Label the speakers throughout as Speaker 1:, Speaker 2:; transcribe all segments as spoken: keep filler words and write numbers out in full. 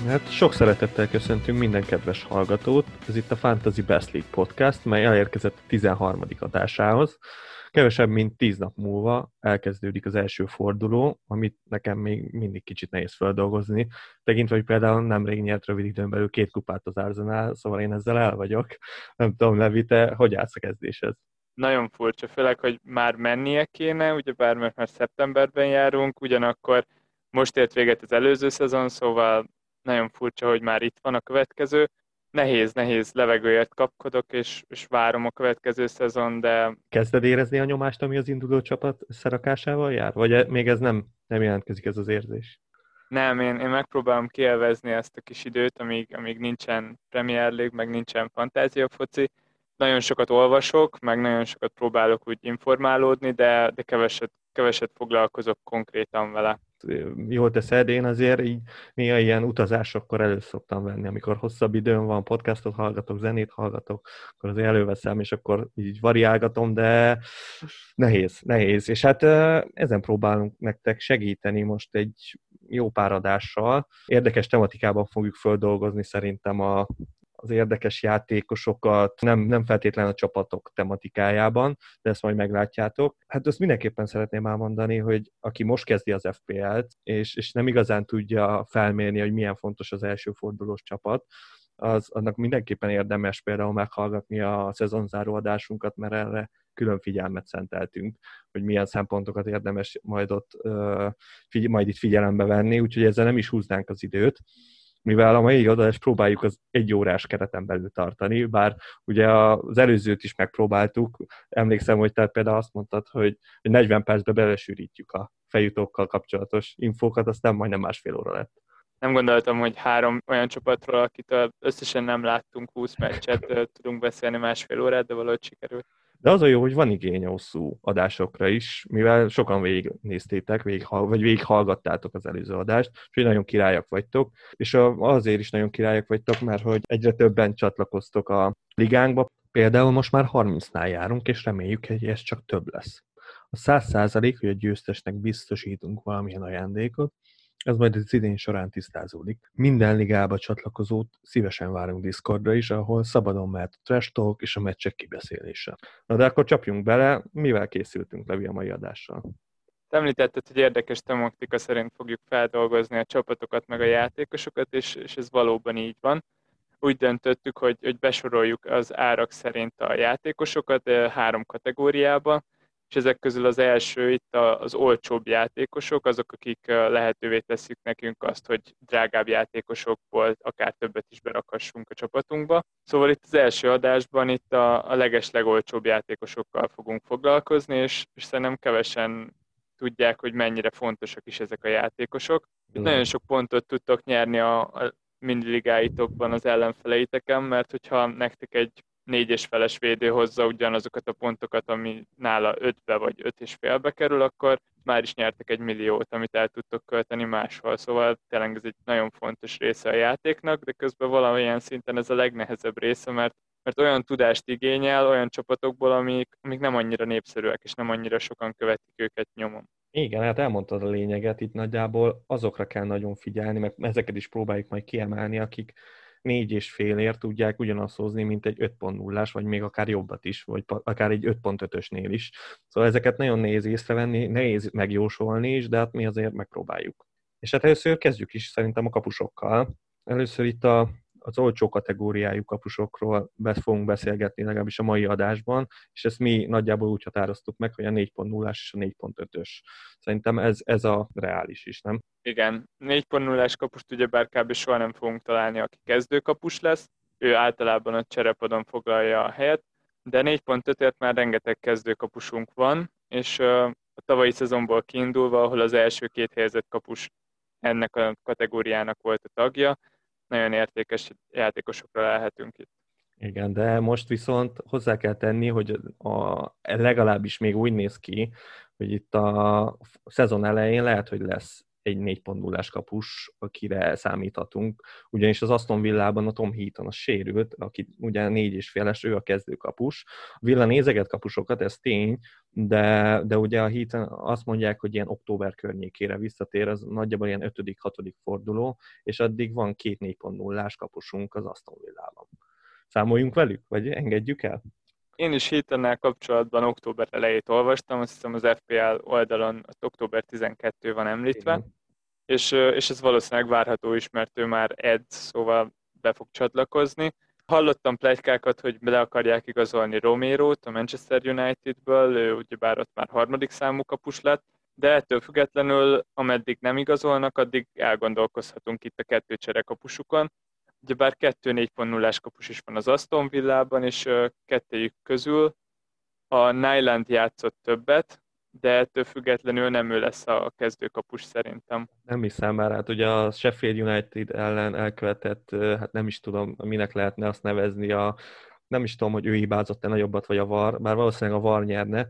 Speaker 1: Hát sok szeretettel köszöntünk minden kedves hallgatót. Ez itt a Fantasy Best League Podcast, mely elérkezett a tizenharmadik adásához. Kevesebb, mint tíz nap múlva elkezdődik az első forduló, amit nekem még mindig kicsit nehéz feldolgozni. Tekintve, hogy például nemrég nyert rövid időn belül két kupát az Arsenal, szóval én ezzel el vagyok. Nem tudom, Levi, te hogy állsz a kezdéshez?
Speaker 2: Nagyon furcsa, főleg, hogy már mennie kéne, ugyebár mert már szeptemberben járunk, ugyanakkor most ért véget az előző szezon, szóval nagyon furcsa, hogy már itt van a következő. Nehéz, nehéz levegőért kapkodok, és, és várom a következő szezon, de...
Speaker 1: Kezded érezni a nyomást, ami az induló csapat összerakásával jár? Vagy még ez nem, nem jelentkezik ez az érzés?
Speaker 2: Nem, én, én megpróbálom kielvezni ezt a kis időt, amíg, amíg nincsen Premier League, meg nincsen fantázia foci. Nagyon sokat olvasok, meg nagyon sokat próbálok úgy informálódni, de, de keveset, keveset foglalkozok konkrétan vele.
Speaker 1: Jól teszed, én azért így néha ilyen utazásokkor elő szoktam venni, amikor hosszabb időm van, podcastot hallgatok, zenét hallgatok, akkor azért előveszem, és akkor így variálgatom, de nehéz, nehéz. És hát ezen próbálunk nektek segíteni most egy jó pár adással. Érdekes tematikában fogjuk földolgozni szerintem a az érdekes játékosokat, nem, nem feltétlenül a csapatok tematikájában, de ezt majd meglátjátok. Hát azt mindenképpen szeretném elmondani, hogy aki most kezdi az ef pé el-t, és, és nem igazán tudja felmérni, hogy milyen fontos az első fordulós csapat, az annak mindenképpen érdemes például meghallgatni a szezonzáró adásunkat, mert erre külön figyelmet szenteltünk, hogy milyen szempontokat érdemes majd ott figy- majd itt figyelembe venni, úgyhogy ezzel nem is húznánk az időt, mivel a mai adást próbáljuk az egy órás kereten belül tartani, bár ugye az előzőt is megpróbáltuk, emlékszem, hogy te például azt mondtad, hogy negyven percbe belesűrítjük a feljutókkal kapcsolatos infókat, aztán majdnem másfél óra lett.
Speaker 2: Nem gondoltam, hogy három olyan csapatról, akitől összesen nem láttunk húsz meccset, tudunk beszélni másfél órát, de valahogy sikerült.
Speaker 1: De az a jó, hogy van igény hosszú adásokra is, mivel sokan végignéztétek, végig, vagy végighallgattátok az előző adást, és nagyon királyak vagytok, és azért is nagyon királyak vagytok, mert hogy egyre többen csatlakoztok a ligánkba. Például most már harmincnál járunk, és reméljük, hogy ez csak több lesz. A száz százalék, hogy a győztesnek biztosítunk valamilyen ajándékot, ez majd az idén során tisztázódik. Minden ligába csatlakozót szívesen várunk Discordra is, ahol szabadon mehet a trash talk és a meccsek kibeszélése. Na de akkor csapjunk bele, mivel készültünk, Levi, a mai adással?
Speaker 2: Te említetted, hogy érdekes tematika szerint fogjuk feldolgozni a csapatokat meg a játékosokat, és, és ez valóban így van. Úgy döntöttük, hogy, hogy besoroljuk az árak szerint a játékosokat három kategóriába, és ezek közül az első itt az olcsóbb játékosok, azok, akik lehetővé teszik nekünk azt, hogy drágább játékosokból akár többet is berakhassunk a csapatunkba. Szóval itt az első adásban itt a, a legeslegolcsóbb játékosokkal fogunk foglalkozni, és, és szerintem kevesen tudják, hogy mennyire fontosak is ezek a játékosok. Itt nagyon sok pontot tudtok nyerni a, a mindiligáitokban az ellenfeleiteken, mert hogyha nektek egy négyes feles védő hozza ugyanazokat a pontokat, ami nála ötbe vagy öt és félbe kerül, akkor már is nyertek egy milliót, amit el tudtok költeni máshol. Szóval tényleg ez egy nagyon fontos része a játéknak, de közben valamilyen szinten ez a legnehezebb része, mert, mert olyan tudást igényel olyan csapatokból, amik, amik nem annyira népszerűek, és nem annyira sokan követik őket nyomon.
Speaker 1: Igen, hát elmondtad a lényeget, itt nagyjából azokra kell nagyon figyelni, mert ezeket is próbáljuk majd kiemelni, akik négy és félért tudják ugyanazt hozni, mint egy öt pont nullás, vagy még akár jobbat is, vagy akár egy öt pont ötösnél is. Szóval ezeket nagyon nehéz észrevenni, nehéz megjósolni is, de hát mi azért megpróbáljuk. És hát először kezdjük is szerintem a kapusokkal. Először itt a az olcsó kategóriájú kapusokról fogunk beszélgetni legalábbis a mai adásban, és ezt mi nagyjából úgy határoztuk meg, hogy a négy pont nullás és a négy pont ötös. Szerintem ez, ez a reális is, nem?
Speaker 2: Igen, négy pont nullás kapust ugyebár kb. Soha nem fogunk találni, aki kezdőkapus lesz, ő általában a cserepadon foglalja a helyet, de négy pont ötért már rengeteg kezdőkapusunk van, és a tavalyi szezonból kiindulva, ahol az első két helyezett kapus ennek a kategóriának volt a tagja, nagyon értékes játékosokra lehetünk itt.
Speaker 1: Igen, de most viszont hozzá kell tenni, hogy a, legalábbis még úgy néz ki, hogy itt a szezon elején lehet, hogy lesz egy négy pont nullás kapus, akire számíthatunk, ugyanis az Aston Villában a Tom Heaton az sérült, aki ugye négy és féles, ő a kezdőkapus. A Villa nézeget kapusokat, ez tény, de, de ugye a Heaton azt mondják, hogy ilyen október környékére visszatér, az nagyjából ilyen ötödik-hatodik forduló, és addig van két négy pont nullás kapusunk az Aston Villában. Számoljunk velük, vagy engedjük el?
Speaker 2: Én is Heatonnel kapcsolatban október elejét olvastam, azt hiszem az ef pé el oldalon október tizenkettő van említve, és, és ez valószínűleg várható is, mert ő már edz, szóval be fog csatlakozni. Hallottam pletykákat, hogy le akarják igazolni Romérót a Manchester Unitedből, ő ugyebár ott már harmadik számú kapus lett, de ettől függetlenül, ameddig nem igazolnak, addig elgondolkozhatunk itt a kettő cserekapusukon. Ugyebár kettő négy pont nullás kapus is van az Aston Villában, és kettőjük közül a Nyland játszott többet, de ettől függetlenül nem ő lesz a kezdőkapus szerintem.
Speaker 1: Nem hiszem már, hát ugye a Sheffield United ellen elkövetett, hát nem is tudom, minek lehetne azt nevezni, a, nem is tudom, hogy ő hibázott-e nagyobbat, vagy a VAR, bár valószínűleg a VAR nyerne,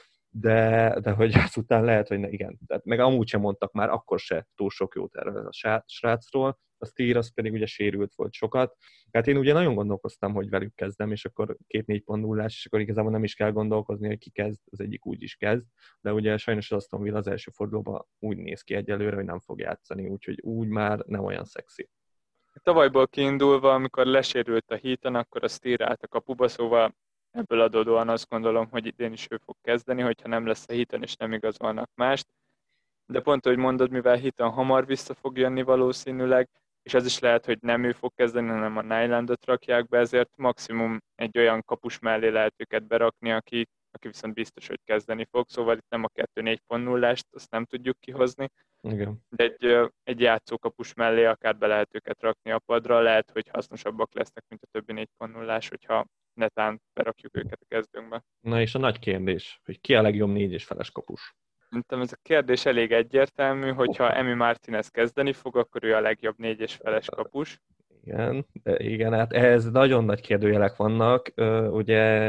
Speaker 1: de, de hogy azután lehet, hogy ne, igen. Tehát meg amúgy sem mondtak már akkor se túl sok jót erről a srácról, a Steer az pedig ugye sérült volt sokat. Hát én ugye nagyon gondolkoztam, hogy velük kezdem, és akkor két négy pont nullás, és akkor igazából nem is kell gondolkozni, hogy ki kezd, az egyik úgy is kezd, de ugye sajnos az Aston Villa az első fordulóban úgy néz ki egyelőre, hogy nem fog játszani, úgyhogy úgy már nem olyan szexi.
Speaker 2: Tavalyból kiindulva, amikor lesérült a Heaton, akkor a Steer állt a kapuba, szóval ebből adódóan azt gondolom, hogy idén is ő fog kezdeni, hogyha nem lesz a Heaton és nem igazolnak mást. De pont, ahogy mondod, mivel Heaton hamar vissza fog jönni valószínűleg, és az is lehet, hogy nem ő fog kezdeni, hanem a Nylandot rakják be, ezért maximum egy olyan kapus mellé lehet őket berakni, aki, aki viszont biztos, hogy kezdeni fog, szóval itt nem a kettő négy pont nullást, azt nem tudjuk kihozni,
Speaker 1: Igen.
Speaker 2: de egy, egy játszókapus mellé akár be lehet őket rakni a padra, lehet, hogy hasznosabbak lesznek, mint a többi négy pont nullás, hogyha netán berakjuk őket a kezdőnkbe.
Speaker 1: Na és a nagy kérdés, hogy ki a legjobb négy és feles kapus?
Speaker 2: Szerintem ez a kérdés elég egyértelmű, hogyha Emi Martinez kezdeni fog, akkor ő a legjobb négy és feles kapus.
Speaker 1: Igen, igen, hát ehhez nagyon nagy kérdőjelek vannak. Ugye,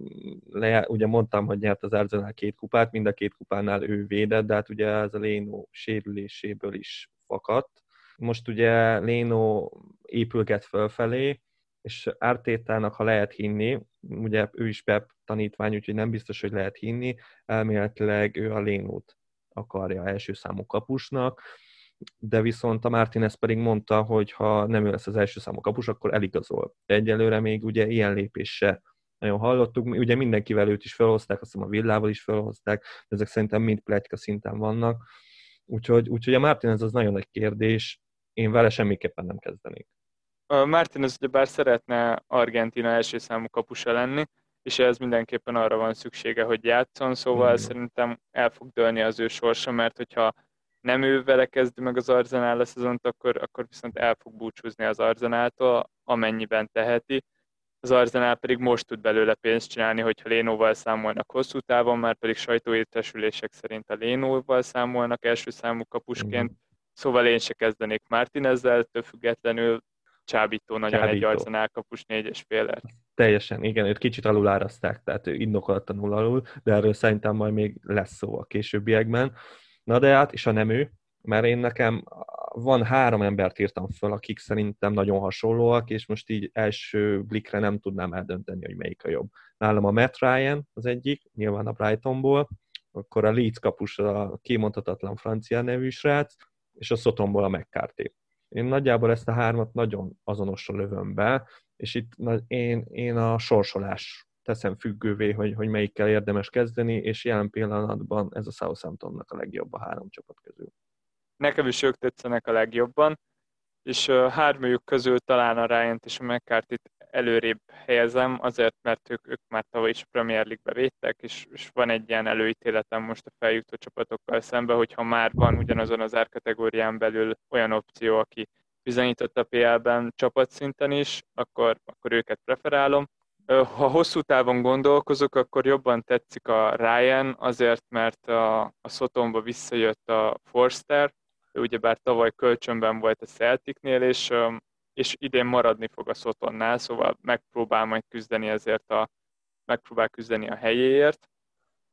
Speaker 1: le, ugye mondtam, hogy nyert az Arsenal két kupát, mind a két kupánál ő védett, de hát ugye ez a Leno sérüléséből is fakadt. Most ugye Leno épülget fölfelé, és Artétának, ha lehet hinni, ugye ő is Pep tanítvány, úgyhogy nem biztos, hogy lehet hinni, elméletileg ő a Lenót akarja első számú kapusnak, de viszont a Martinez pedig mondta, hogy ha nem ő lesz az első számú kapus, akkor eligazol. De egyelőre még ugye ilyen lépés se nagyon hallottuk, ugye mindenkivel őt is felhozták, azt hiszem a Villával is felhozták, de ezek szerintem mind pletyka szinten vannak. Úgyhogy, úgyhogy a Martinez az nagyon nagy kérdés, én vele semmiképpen nem kezdenék.
Speaker 2: A Martinez ugyebár szeretne Argentína első számú kapusa lenni, és ez mindenképpen arra van szüksége, hogy játszon, szóval mm. szerintem el fog dőlni az ő sorsa, mert hogyha nem ő vele kezdi meg az Arsenal a szezont, akkor, akkor viszont el fog búcsúzni az Arsenaltól, amennyiben teheti. Az Arsenal pedig most tud belőle pénzt csinálni, hogyha Lénóval számolnak hosszú távon, már pedig sajtóértesülések szerint a Lénóval számolnak első számú kapusként, mm. szóval én se kezdenik Martinezzel, ettől függetlenül csábító nagyon csábító. Egy Arsenal kapus négy és fél.
Speaker 1: Teljesen, igen, őt kicsit aluláraszták, tehát ő indokolatlanul alul, de erről szerintem majd még lesz szó a későbbiekben. Na de hát, és a nem ő, mert én nekem van három embert írtam föl, akik szerintem nagyon hasonlóak, és most így első blikre nem tudnám eldönteni, hogy melyik a jobb. Nálam a Matt Ryan az egyik, nyilván a Brightonból, akkor a Leeds kapus a kimondhatatlan francia nevű srác, és a Sotonból a McCarthy. Én nagyjából ezt a hármat nagyon azonosra lövöm be, és itt én, én a sorsolás teszem függővé, hogy, hogy melyikkel érdemes kezdeni, és jelen pillanatban ez a Southamptonnak a legjobb a három csapat közül.
Speaker 2: Nekem is ők tetszenek a legjobban, és uh, hármójuk közül talán a Ryant és a McCarthy-t előrébb helyezem, azért, mert ők, ők már tavaly is Premier League-be védtek, és, és van egy ilyen előítéletem most a feljutó csapatokkal szemben, hogyha már van ugyanazon az árkategórián belül olyan opció, aki bizonyított a pé el-ben csapatszinten is, akkor, akkor őket preferálom. Ha hosszú távon gondolkozok, akkor jobban tetszik a Ryan, azért, mert a, a Sotonba visszajött a Forster, ő ugyebár tavaly kölcsönben volt a Celticnél, és, és idén maradni fog a Sotonnál, szóval megpróbál majd küzdeni ezért a, megpróbál küzdeni a helyéért.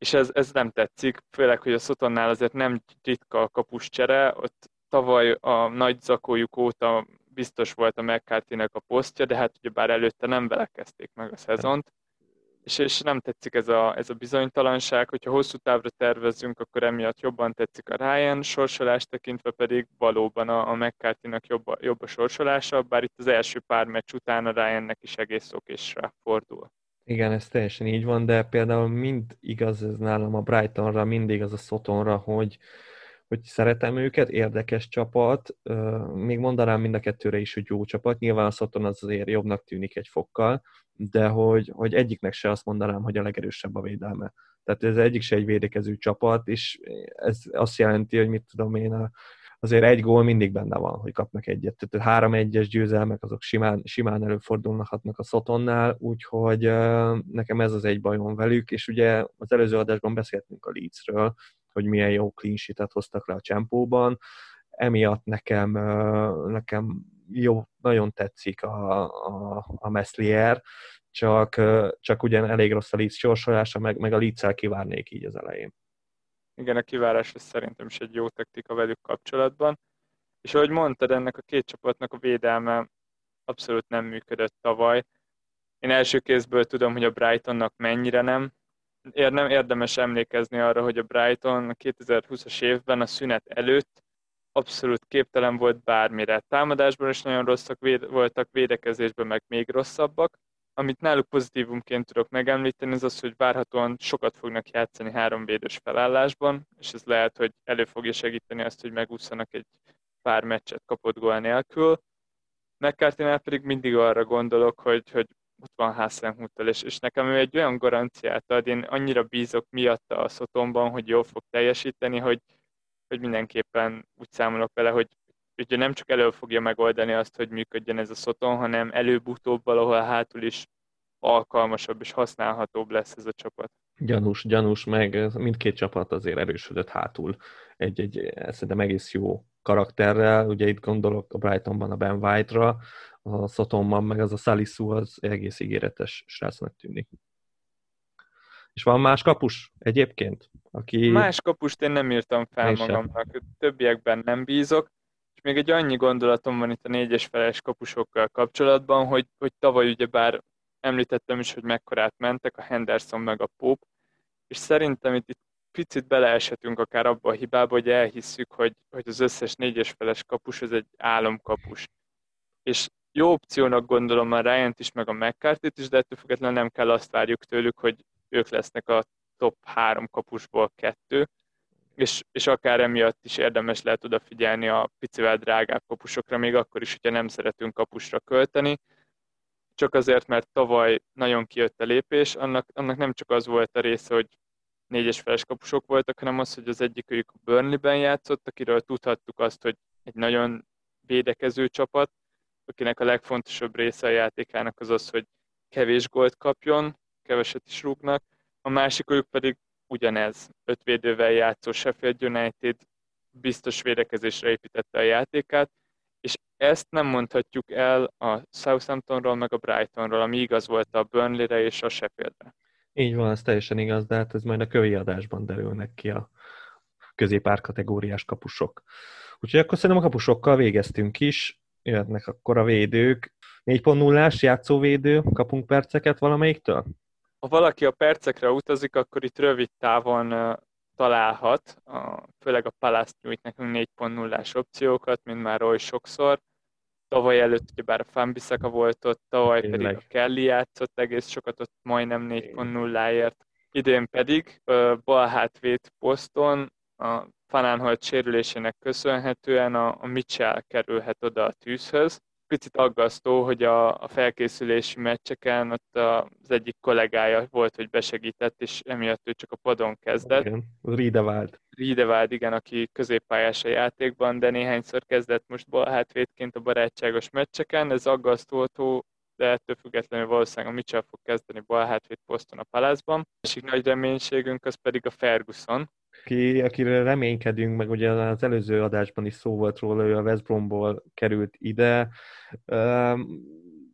Speaker 2: és ez, ez nem tetszik, főleg, hogy a Sutonnál azért nem ritka a kapuscsere, ott tavaly a nagy zakójuk óta biztos volt a McCarthy-nek a posztja, de hát ugyebár előtte nem vele kezdték meg a szezont, és, és nem tetszik ez a, ez a bizonytalanság, hogyha hosszú távra tervezzünk, akkor emiatt jobban tetszik a Ryan, sorsolás tekintve pedig valóban a, a McCarthy-nak jobb, a- jobb a sorsolása, bár itt az első pár meccs után a Ryannek is egész okésra fordul.
Speaker 1: Igen, ez teljesen így van, de például mind igaz ez nálam a Brightonra, mindig az a Sotonra, hogy, hogy szeretem őket, érdekes csapat, még mondanám mind a kettőre is, hogy jó csapat, nyilván a Soton az azért jobbnak tűnik egy fokkal, de hogy, hogy egyiknek se azt mondanám, hogy a legerősebb a védelme. Tehát ez egyik se egy védekező csapat, és ez azt jelenti, hogy mit tudom én, a azért egy gól mindig benne van, hogy kapnak egyet. Tehát három egyes győzelmek azok simán, simán előfordulhatnak a Sotonnál, úgyhogy uh, nekem ez az egy bajom velük, és ugye az előző adásban beszéltünk a Leedsről, hogy milyen jó clean sheet-et hoztak le a csempóban, emiatt nekem, uh, nekem jó, nagyon tetszik a, a, a Meslier, csak, uh, csak ugyan elég rossz a Leeds sorsolása, meg, meg a Leeds-el kivárnék így az elején.
Speaker 2: Igen, a kivárás ez szerintem is egy jó taktika velük kapcsolatban. És ahogy mondtad, ennek a két csapatnak a védelme abszolút nem működött tavaly. Én első kézből tudom, hogy a Brightonnak mennyire nem. Ér, nem érdemes emlékezni arra, hogy a Brighton a kétezer-húszas évben a szünet előtt abszolút képtelen volt bármire. Támadásban is nagyon rosszak véde, voltak, védekezésben meg még rosszabbak. Amit náluk pozitívumként tudok megemlíteni, az az, hogy várhatóan sokat fognak játszani háromvédős felállásban, és ez lehet, hogy elő fogja segíteni azt, hogy megúszanak egy pár meccset kapott gól nélkül. McCarthy-nál pedig mindig arra gondolok, hogy, hogy ott van Hasenhüttl, és, és nekem ő egy olyan garanciát ad, én annyira bízok miatta a Sotonban, hogy jól fog teljesíteni, hogy, hogy mindenképpen úgy számolok vele, hogy ugye nem csak elő fogja megoldani azt, hogy működjön ez a Soton, hanem előbb-utóbb valahol hátul is alkalmasabb és használhatóbb lesz ez a csapat.
Speaker 1: Gyanús, gyanús, meg mindkét csapat azért erősödött hátul egy-egy szerintem egész jó karakterrel. Ugye itt gondolok a Brightonban a Ben White-ra, a Sotonban meg az a Salisu az egész ígéretes srácnak tűnik. És van más kapus egyébként? Aki...
Speaker 2: Más kapust én nem írtam fel
Speaker 1: Én
Speaker 2: magamnak, többiekben nem bízok, és még egy annyi gondolatom van itt a négyes feles kapusokkal kapcsolatban, hogy, hogy tavaly ugyebár említettem is, hogy mekkorát mentek a Henderson meg a Pope, és szerintem itt, itt picit beleeshetünk akár abba a hibába, hogy elhisszük, hogy, hogy az összes négyes feles kapus az egy álomkapus. És jó opciónak gondolom a Ryant is, meg a McCarthy-t is, de ettől függetlenül nem kell azt várjuk tőlük, hogy ők lesznek a top három kapusból kettő, és, és akár emiatt is érdemes lehet odafigyelni a picivel drágább kapusokra, még akkor is, hogyha nem szeretünk kapusra költeni, csak azért, mert tavaly nagyon kijött a lépés, annak, annak nem csak az volt a része, hogy négyes feles kapusok voltak, hanem az, hogy az egyikőjük a Burnley-ben játszott, akiről tudhattuk azt, hogy egy nagyon védekező csapat, akinek a legfontosabb része a játékának az az, hogy kevés gólt kapjon, keveset is rúgnak, a másikőjük pedig ugyanez, öt védővel játszó Sheffield United biztos védekezésre építette a játékát, és ezt nem mondhatjuk el a Southamptonról meg a Brightonról, ami igaz volt a Burnley-re és a Sheffieldre.
Speaker 1: Így van, ez teljesen igaz, de hát ez majd a kövi adásban derülnek ki a középár kategóriás kapusok. Úgyhogy akkor szerintem a kapusokkal végeztünk is, jöhetnek akkor a védők. négy pont nullás játszóvédő, kapunk perceket valamelyiktől?
Speaker 2: Ha valaki a percekre utazik, akkor itt rövid távon uh, találhat, uh, főleg a Palace nyújt nekünk négy pont nullás opciókat, mint már oly sokszor. Tavaly előtt ugyebár a Fambisaka volt ott, tavaly
Speaker 1: Tényleg.
Speaker 2: pedig a Kelly játszott egész sokat, ott majdnem négy pont nulláért. Idén pedig uh, bal hátvéd poszton a Fanánholt sérülésének köszönhetően a, a Mitchell kerülhet oda a tűzhöz. Picit aggasztó, hogy a, a felkészülési meccseken ott az egyik kollégája volt, hogy besegített, és emiatt ő csak a padon kezdett.
Speaker 1: Igen, Riedewald.
Speaker 2: Riedewald, igen, aki középpályás a játékban, de néhányszor kezdett most bal hátvédként a barátságos meccseken. Ez aggasztó, de ettől függetlenül valószínűleg a Mitchell fog kezdeni bal hátvéd poszton a Palace-ban. A másik nagy reménységünk az pedig a Ferguson.
Speaker 1: Ki, akire reménykedünk, meg ugye az előző adásban is szó volt róla, ő a West Bromból került ide. Um,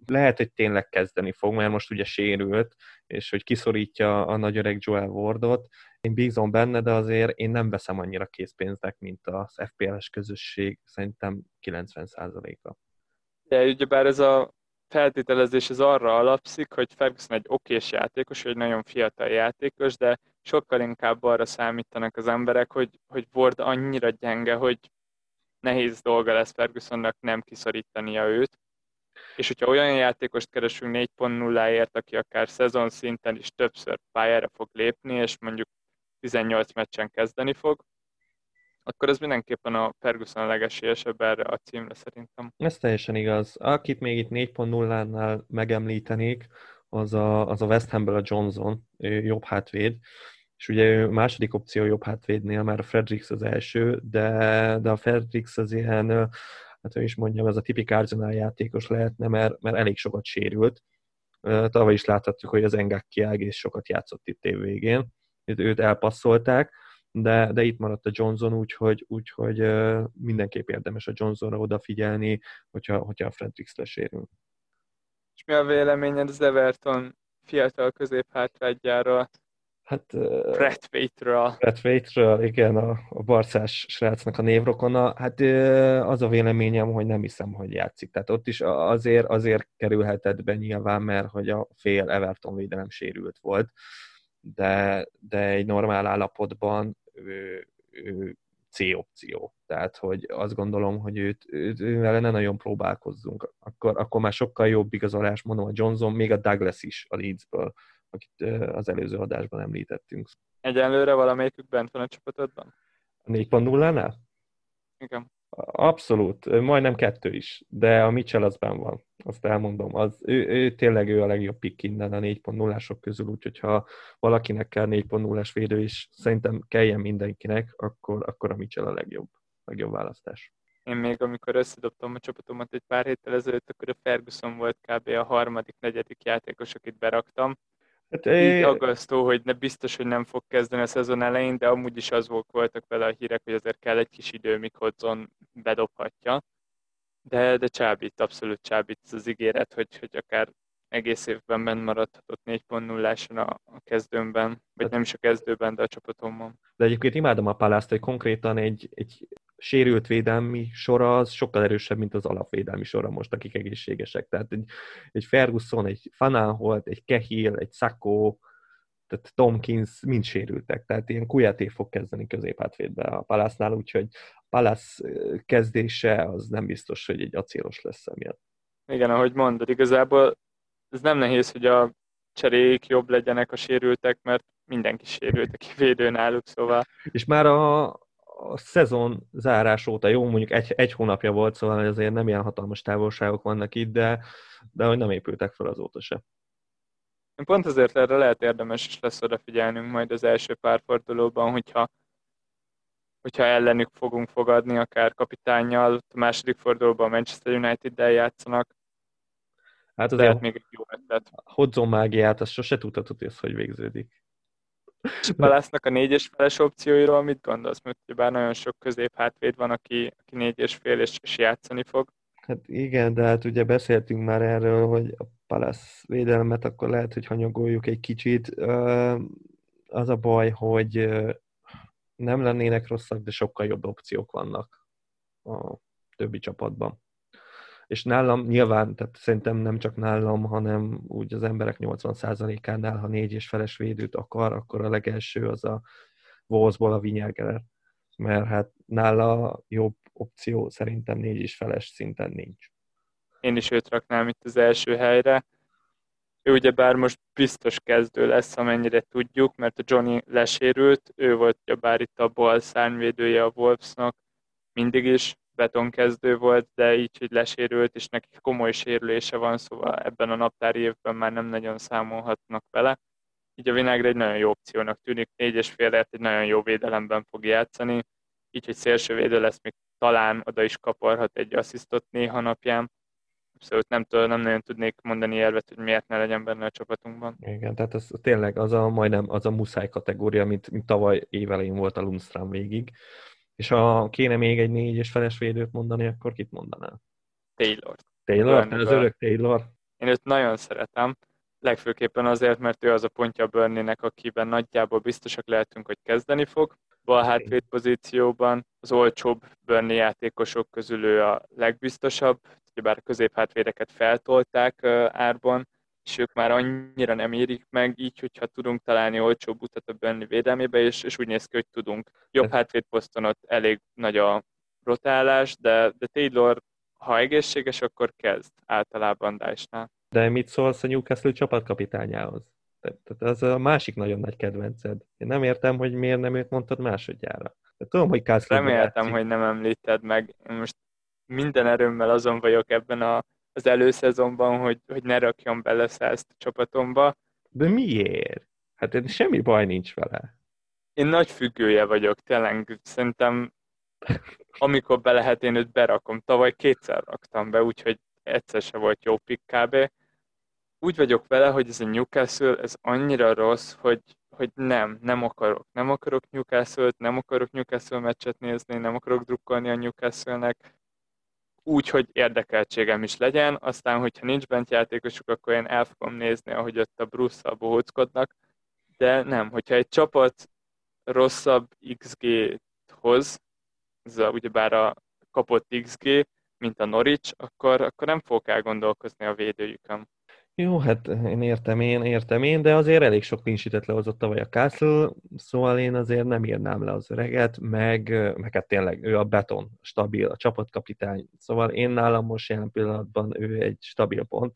Speaker 1: lehet, hogy tényleg kezdeni fog, mert most ugye sérült, és hogy kiszorítja a nagy öreg Joel Wardot. Én bízom benne, de azért én nem veszem annyira készpénznek, mint az ef pé el-es közösség, szerintem kilencven százaléka.
Speaker 2: De ugyebár ez a feltételezés ez arra alapszik, hogy Ferguson egy okés játékos, egy nagyon fiatal játékos, de sokkal inkább arra számítanak az emberek, hogy, hogy Ward annyira gyenge, hogy nehéz dolga lesz Fergusonnak nem kiszorítania őt. És hogyha olyan játékost keresünk négy pont nulláért, aki akár szezon szinten is többször pályára fog lépni, és mondjuk tizennyolc meccsen kezdeni fog, akkor ez mindenképpen a Ferguson a legesélyesebb erre a címre szerintem.
Speaker 1: Ez teljesen igaz. Akit még itt négy pont nullánál megemlítenék, az a, az a West Hamből a Johnson, ő jobb hátvéd, és ugye ő második opció jobb hátvédnél, már a Fredericks az első, de, de a Fredericks az ilyen, hát ő is mondjam, ez a tipik Arsenal játékos lehetne, mert, mert elég sokat sérült. Tavaly is láthatjuk, hogy az Engaki egész sokat játszott itt év végén, őt elpasszolták, de, de itt maradt a Johnson, úgyhogy, úgyhogy mindenképp érdemes a Johnsonra odafigyelni, hogyha, hogyha a Fredericks lesérül.
Speaker 2: És mi a véleményed az Everton fiatal középhátvédjáról?
Speaker 1: Hát,
Speaker 2: Braithwaite-ről.
Speaker 1: Braithwaite-ről, igen, a, a barcás srácnak a névrokona. Hát az a véleményem, hogy nem hiszem, hogy játszik. Tehát ott is azért, azért kerülhetett be nyilván, mert hogy a fél Everton védelem sérült volt, de, de egy normál állapotban ő, ő C opció. Tehát, hogy azt gondolom, hogy őt, őt, ővele ne nagyon próbálkozzunk. Akkor, akkor már sokkal jobb igazolás, mondom, a Johnson, még a Douglas is a Leedsből, akit az előző adásban említettünk.
Speaker 2: Egyenlőre valamelyikük bent van a csapatodban?
Speaker 1: A négy pont nullánál?
Speaker 2: Igen.
Speaker 1: Abszolút, majdnem kettő is, de a Mitchell az benn van, azt elmondom. Az, ő, ő tényleg ő a legjobb pick innen a négy pont nullások közül, úgyhogy ha valakinek kell négy pont nullás védő is, szerintem kelljen mindenkinek, akkor, akkor a Mitchell a legjobb, legjobb választás.
Speaker 2: Én még amikor összedobtam a csapatomat egy pár héttel ezelőtt, akkor a Ferguson volt kb. A harmadik, negyedik játékos, akit beraktam. Hát így aggasztó, hogy ne, biztos, hogy nem fog kezdeni a szezon elején, de amúgy is az voltak vele a hírek, hogy azért kell egy kis idő, míg Hodgson bedobhatja. De, de csábít, abszolút csábít ez az ígéret, hogy, hogy akár egész évben bent maradhatott négy pont nulláson a, a kezdőmben, vagy nem is a kezdőben, de a csapatomban.
Speaker 1: De egyébként imádom a Palászt, hogy konkrétan egy, egy sérült védelmi sora az sokkal erősebb, mint az alapvédelmi sora most, akik egészségesek. Tehát egy, egy Ferguson, egy Van Aanholt, egy Cahill, egy Sacco, tehát Tomkins mind sérültek. Tehát ilyen Kouyaté fog kezdeni középhátvédbe a Palásznál, úgyhogy a Palász kezdése az nem biztos, hogy egy acélos lesz emiatt.
Speaker 2: Igen, ahogy mondod, igazából ez nem nehéz, hogy a cserék jobb legyenek a sérültek, mert mindenki sérült, aki védő náluk, szóval...
Speaker 1: És már a, a szezon zárás óta, jó, mondjuk egy, egy hónapja volt, szóval azért nem ilyen hatalmas távolságok vannak itt, de, de hogy nem épültek fel azóta se.
Speaker 2: Pont azért erre lehet érdemes is lesz odafigyelnünk majd az első pár fordulóban, hogyha, hogyha ellenük fogunk fogadni, akár kapitánnyal, a második fordulóban a Manchester United-del játszanak.
Speaker 1: Hát azért
Speaker 2: lehet még egy jó ötlet.
Speaker 1: A Hodgson mágiát, azt sose tudhatod, hogy ez hogy végződik.
Speaker 2: És Palásznak a négyes feles opcióiról mit gondolsz? Mert bár nagyon sok középhátvéd van, aki, aki négy és fél és, és játszani fog.
Speaker 1: Hát igen, de hát ugye beszéltünk már erről, hogy a Palace védelmet akkor lehet, hogy hanyagoljuk egy kicsit. Az a baj, hogy nem lennének rosszak, de sokkal jobb opciók vannak a többi csapatban. És nálam nyilván, tehát szerintem nem csak nálam, hanem úgy az emberek nyolcvan százalékánál, ha négy és feles védőt akar, akkor a legelső az a Wolvesból a Vinyager, mert hát nála jobb opció szerintem négy és feles szinten nincs.
Speaker 2: Én is őt raknám itt az első helyre. Ő ugyebár most biztos kezdő lesz, amennyire tudjuk, mert a Johnny lesérült, ő volt ugyebár itt a bal szárnyvédője a Wolvesnak, mindig is betonkezdő volt, de így, hogy lesérült, és neki komoly sérülése van, szóval ebben a naptári évben már nem nagyon számolhatnak vele. Így a Vinagre egy nagyon jó opciónak tűnik, négy és félért egy nagyon jó védelemben fog játszani, így, hogy szélsővédő lesz, még talán oda is kaparhat egy asszisztot néha napján. Abszolút nem, tudom, nem nagyon tudnék mondani érvet, hogy miért ne legyen benne a csapatunkban.
Speaker 1: Igen, tehát ez tényleg az a majdnem az a muszáj kategória, mint, mint tavaly évelején volt a Lundström végig. És ha kéne még egy négy és feles védőt mondani, akkor kit mondanál?
Speaker 2: Taylor.
Speaker 1: Taylor? Az örök Taylor?
Speaker 2: Én őt nagyon szeretem, legfőképpen azért, mert ő az a pontja a Burnley-nek, akiben nagyjából biztosak lehetünk, hogy kezdeni fog. Bal hátvéd pozícióban az olcsóbb Burnley játékosok közül ő a legbiztosabb, bár a középhátvédeket feltolták árban, és ők már annyira nem érik meg, így, hogyha tudunk találni olcsóbb utat a Burnley védelmébe, és, és úgy néz ki, hogy tudunk. Jobb hátvédposzton ott elég nagy a rotálás, de, de Taylor, ha egészséges, akkor kezd általában Dyche-nál.
Speaker 1: De mit szólsz a Newcastle csapatkapitányához? Tehát az a másik nagyon nagy kedvenced. Én nem értem, hogy miért nem őt mondtad másodjára. De tudom, hogy Castle-ben
Speaker 2: Reméltem,
Speaker 1: játszik.
Speaker 2: hogy nem említed meg. Én most minden erőmmel azon vagyok ebben a, az előszezonban, hogy, hogy ne rakjam bele ezt a csapatomba.
Speaker 1: De miért? Hát semmi baj nincs vele.
Speaker 2: Én nagy függője vagyok, tényleg. Szerintem amikor be lehet, én őt berakom. Tavaly kétszer raktam be, úgyhogy egyszer se volt jó pick kb. Úgy vagyok vele, hogy ez a Newcastle, ez annyira rossz, hogy, hogy nem, nem akarok. Nem akarok Newcastle-t, nem akarok Newcastle meccset nézni, nem akarok drukkolni a Newcastle-nek. Úgy, hogy érdekeltségem is legyen, aztán, hogyha nincs bent játékosuk, akkor én el fogom nézni, ahogy ott a Bruce-szal bohóckodnak, de nem, hogyha egy csapat rosszabb iksz gé-t hoz, ez a, ugyebár a kapott iksz gé, mint a Norwich, akkor, akkor nem fogok elgondolkozni a védőjükön.
Speaker 1: Jó, hát én értem én, értem én, de azért elég sok clean lehozott tavaly a Castle, szóval én azért nem írnám le az öreget, meg, meg hát tényleg ő a beton, stabil, a csapatkapitány, szóval én nálam most jelen pillanatban ő egy stabil pont,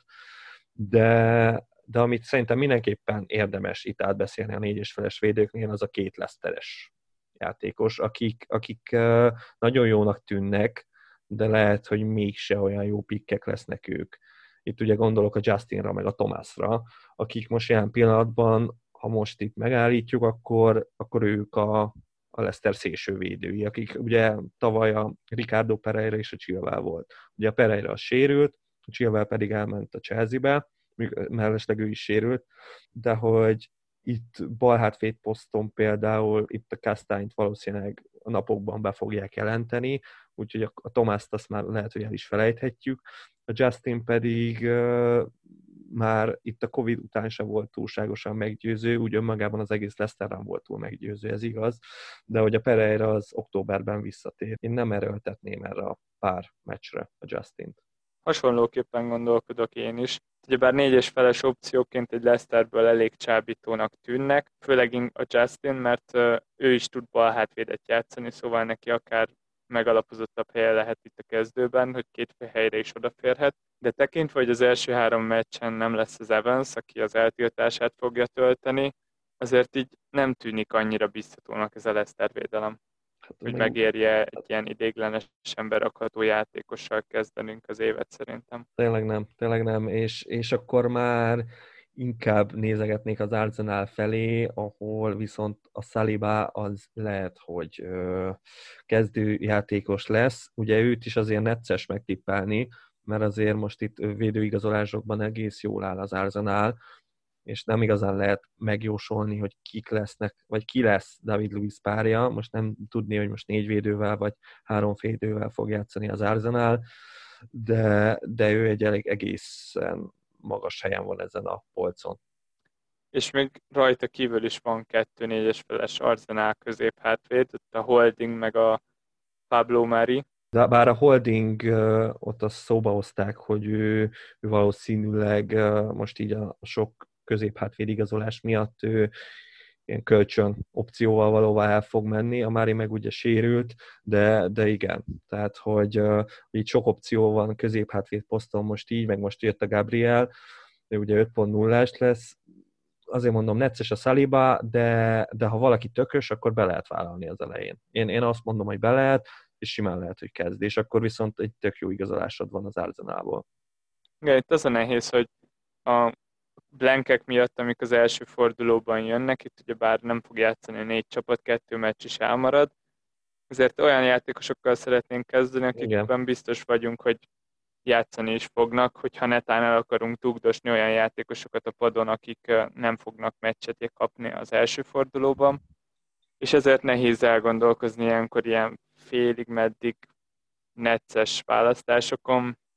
Speaker 1: de, de amit szerintem mindenképpen érdemes itt átbeszélni a négy és feles védőknél, az a két Leicesteres játékos, akik, akik nagyon jónak tűnnek, de lehet, hogy mégse olyan jó pikkek lesznek ők. Itt ugye gondolok a Justinra, meg a Thomasra, akik most jelen pillanatban, ha most itt megállítjuk, akkor, akkor ők a, a Leicester szélsővédői, akik ugye tavaly a Ricardo Pereira és a Chilwell volt. Ugye a Pereira sérült, a Chilwell pedig elment a Chelsea-be, mellesleg ő is sérült, de hogy itt balhátvéd poszton például itt a Castanyt valószínűleg a napokban be fogják jelenteni, úgyhogy a, a Thomást azt már lehet, hogy el is felejthetjük. A Justin pedig uh, már itt a Covid után sem volt túlságosan meggyőző, úgy önmagában az egész Leicester nem volt túl meggyőző, ez igaz, de hogy a Pereira az októberben visszatér. Én nem erőltetném erre a pár meccsre a Justint.
Speaker 2: Hasonlóképpen gondolkodok én is. Ugyebár négyes feles opcióként egy Leicesterből elég csábítónak tűnnek, főleg a Justin, mert ő is tud balhátvédet játszani, szóval neki akár megalapozottabb helye lehet itt a kezdőben, hogy két helyre is odaférhet. De tekintve, hogy az első három meccsen nem lesz az Evans, aki az eltiltását fogja tölteni, azért így nem tűnik annyira biztatónak ez a Leicester védelem. Hát, hogy megérje egy ilyen idéglenesen berakható játékossal kezdenünk az évet szerintem.
Speaker 1: Tényleg nem, tényleg nem, és, és akkor már inkább nézegetnék az Arsenal felé, ahol viszont a Saliba az lehet, hogy ö, kezdőjátékos lesz. Ugye őt is azért necces megtippelni, mert azért most itt védőigazolásokban egész jól áll az Arsenal, és nem igazán lehet megjósolni, hogy kik lesznek, vagy ki lesz David Luiz párja. Most nem tudni, hogy most négy védővel, vagy három védővel fog játszani az Arsenal, de, de ő egy elég egészen magas helyen van ezen a polcon.
Speaker 2: És még rajta kívül is van kettő négyes feles Arsenal középhátvéd, ott a Holding meg a Pablo Mari.
Speaker 1: De bár a Holding ott azt szóba hozták, hogy ő, ő valószínűleg most így a sok középhátvéd igazolás miatt ő ilyen kölcsön opcióval valóvá el fog menni, a Mári meg ugye sérült, de, de igen, tehát hogy uh, így sok opció van középhátvéd poszton most így, meg most jött a Gabriel, ő ugye öt pont nullás lesz, azért mondom, necces a Saliba, de, de ha valaki tökös, akkor be lehet vállalni az elején. Én, én azt mondom, hogy be lehet, és simán lehet, hogy kezd, és akkor viszont egy tök jó igazolásod van az Arsenalból.
Speaker 2: Igen, itt az a nehéz, hogy a blankek miatt, amik az első fordulóban jönnek, itt ugye bár nem fog játszani a négy csapat, kettő meccs is elmarad, ezért olyan játékosokkal szeretnénk kezdeni, akikben biztos vagyunk, hogy játszani is fognak, hogyha netán el akarunk dugdosni olyan játékosokat a padon, akik nem fognak meccset kapni az első fordulóban, és ezért nehéz elgondolkozni ilyenkor ilyen félig meddig necces választásokon.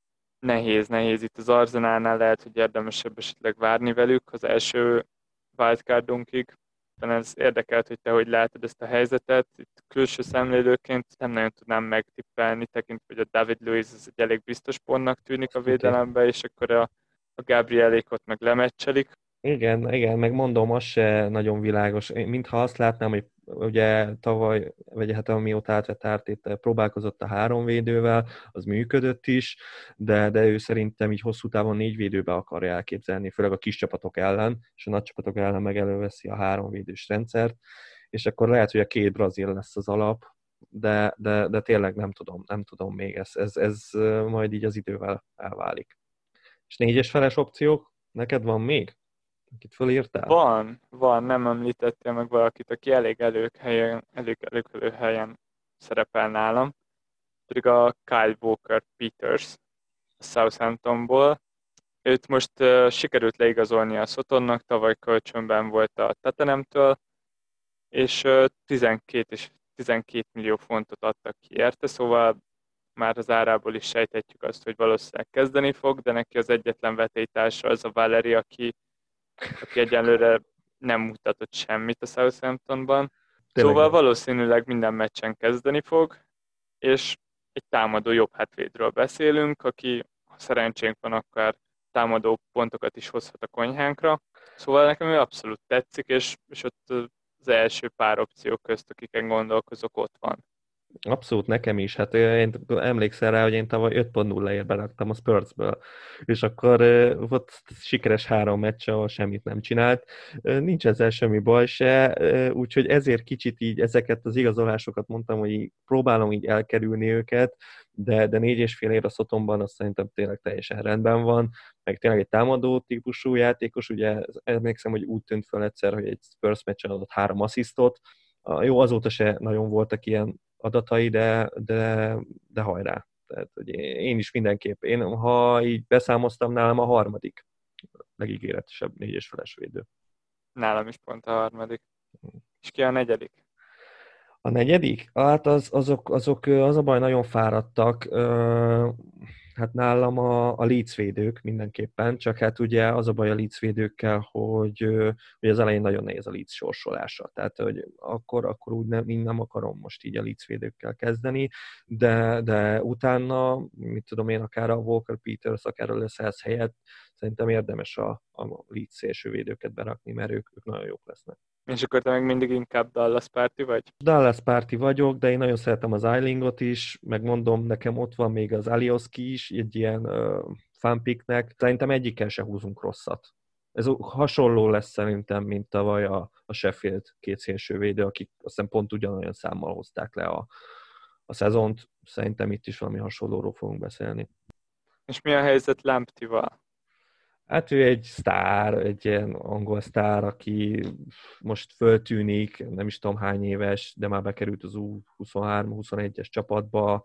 Speaker 2: nehéz, nehéz. Itt az Arsenalnál lehet, hogy érdemesebb esetleg várni velük az első wildcardunkig. Ez érdekelt, hogy te hogy látod ezt a helyzetet. Itt külső szemlélőként nem nagyon tudnám megtippelni, tekintve, hogy a David Luiz ez egy elég biztos pontnak tűnik a
Speaker 1: Tuti.
Speaker 2: védelembe, és akkor a, a Gabrielék ott meg lemeccselik.
Speaker 1: Igen, igen, meg mondom, az se nagyon világos. Én mintha azt látnám, hogy ugye tavaly, vagy hát amióta átvett Ártét, próbálkozott a három védővel, az működött is, de, de ő szerintem így hosszú távon négy védőbe akarja elképzelni, főleg a kis csapatok ellen, és a nagy csapatok ellen meg előveszi a három védős rendszert, és akkor lehet, hogy a két brazil lesz az alap, de, de, de tényleg nem tudom, nem tudom még, ez, ez, ez majd így az idővel elválik. És négyes feles opciók, neked van még? Akit fölírtál?
Speaker 2: Van, van, nem említettél meg valakit, aki elég előhelyen, elég előkelő helyen szerepel nálam, pedig a Kyle Walker Peters a Southamptonból. Őt most uh, sikerült leigazolni a Sotonnak, tavaly kölcsönben volt a Tottenhamtől, és uh, tizenkét és tizenkét millió fontot adtak ki érte, szóval már az árából is sejthetjük azt, hogy valószínűleg kezdeni fog, de neki az egyetlen vetélytársa az a Valeri, aki aki egyenlőre nem mutatott semmit a Southamptonban.
Speaker 1: Tényleg
Speaker 2: Szóval
Speaker 1: nem.
Speaker 2: valószínűleg minden meccsen kezdeni fog, és egy támadó jobb hátvédről beszélünk, aki, ha szerencsénk van, akkor támadó pontokat is hozhat a konyhánkra. Szóval nekem ő abszolút tetszik, és, és ott az első pár opció közt, akiken gondolkozok, ott van.
Speaker 1: Abszolút nekem is. Hát ö, én emlékszel rá, hogy én tavaly öt pont nulla-ért beraktam a Spursből, és akkor ö, volt sikeres három meccs, ahol semmit nem csinált. Ö, Nincs ezzel semmi baj se, ö, úgyhogy ezért kicsit így ezeket az igazolásokat mondtam, hogy így próbálom így elkerülni őket, de, de négy és fél ér a Sotonban azt szerintem tényleg teljesen rendben van, meg tényleg egy támadó típusú játékos, ugye emlékszem, hogy úgy tűnt fel egyszer, hogy egy Spurs meccsen adott három asszisztot. Jó, azóta se nagyon voltak ilyen adatai, de, de, de hajrá. Tehát, hogy én is mindenképp, én, ha így beszámoztam, nálam a harmadik legígéretesebb négyes feles védő.
Speaker 2: Nálam is pont a harmadik. És ki a negyedik?
Speaker 1: A negyedik? Hát az, azok, azok, az a baj, nagyon fáradtak. Hát nálam a, a Leeds védők mindenképpen, csak hát ugye az a baj a Leeds védőkkel, hogy, hogy az elején nagyon nehéz a Leeds sorsolása. Tehát, hogy akkor, akkor úgy nem, én nem akarom most így a Leeds védőkkel kezdeni, de, de utána, mit tudom én, akár a Walker Peters, akár a Lascelles helyett, szerintem érdemes a, a Leeds szélső védőket berakni, mert ők, ők nagyon jók lesznek.
Speaker 2: És akkor te meg mindig inkább Dallas párti vagy?
Speaker 1: Dallas párti vagyok, de én nagyon szeretem az Eilingot is, meg mondom, nekem ott van még az Alioski is, egy ilyen uh, fanpicknek. Szerintem egyikkel se húzunk rosszat. Ez hasonló lesz szerintem, mint tavaly a, a Sheffield két szélsővédő, akik azt hiszem pont ugyanolyan számmal hozták le a, a szezont. Szerintem itt is valami hasonlóról fogunk beszélni.
Speaker 2: És mi a helyzet Lamptival?
Speaker 1: Hát ő egy sztár, egy ilyen angol sztár, aki most föltűnik, nem is tudom hány éves, de már bekerült az U huszonhárom huszonegyes csapatba.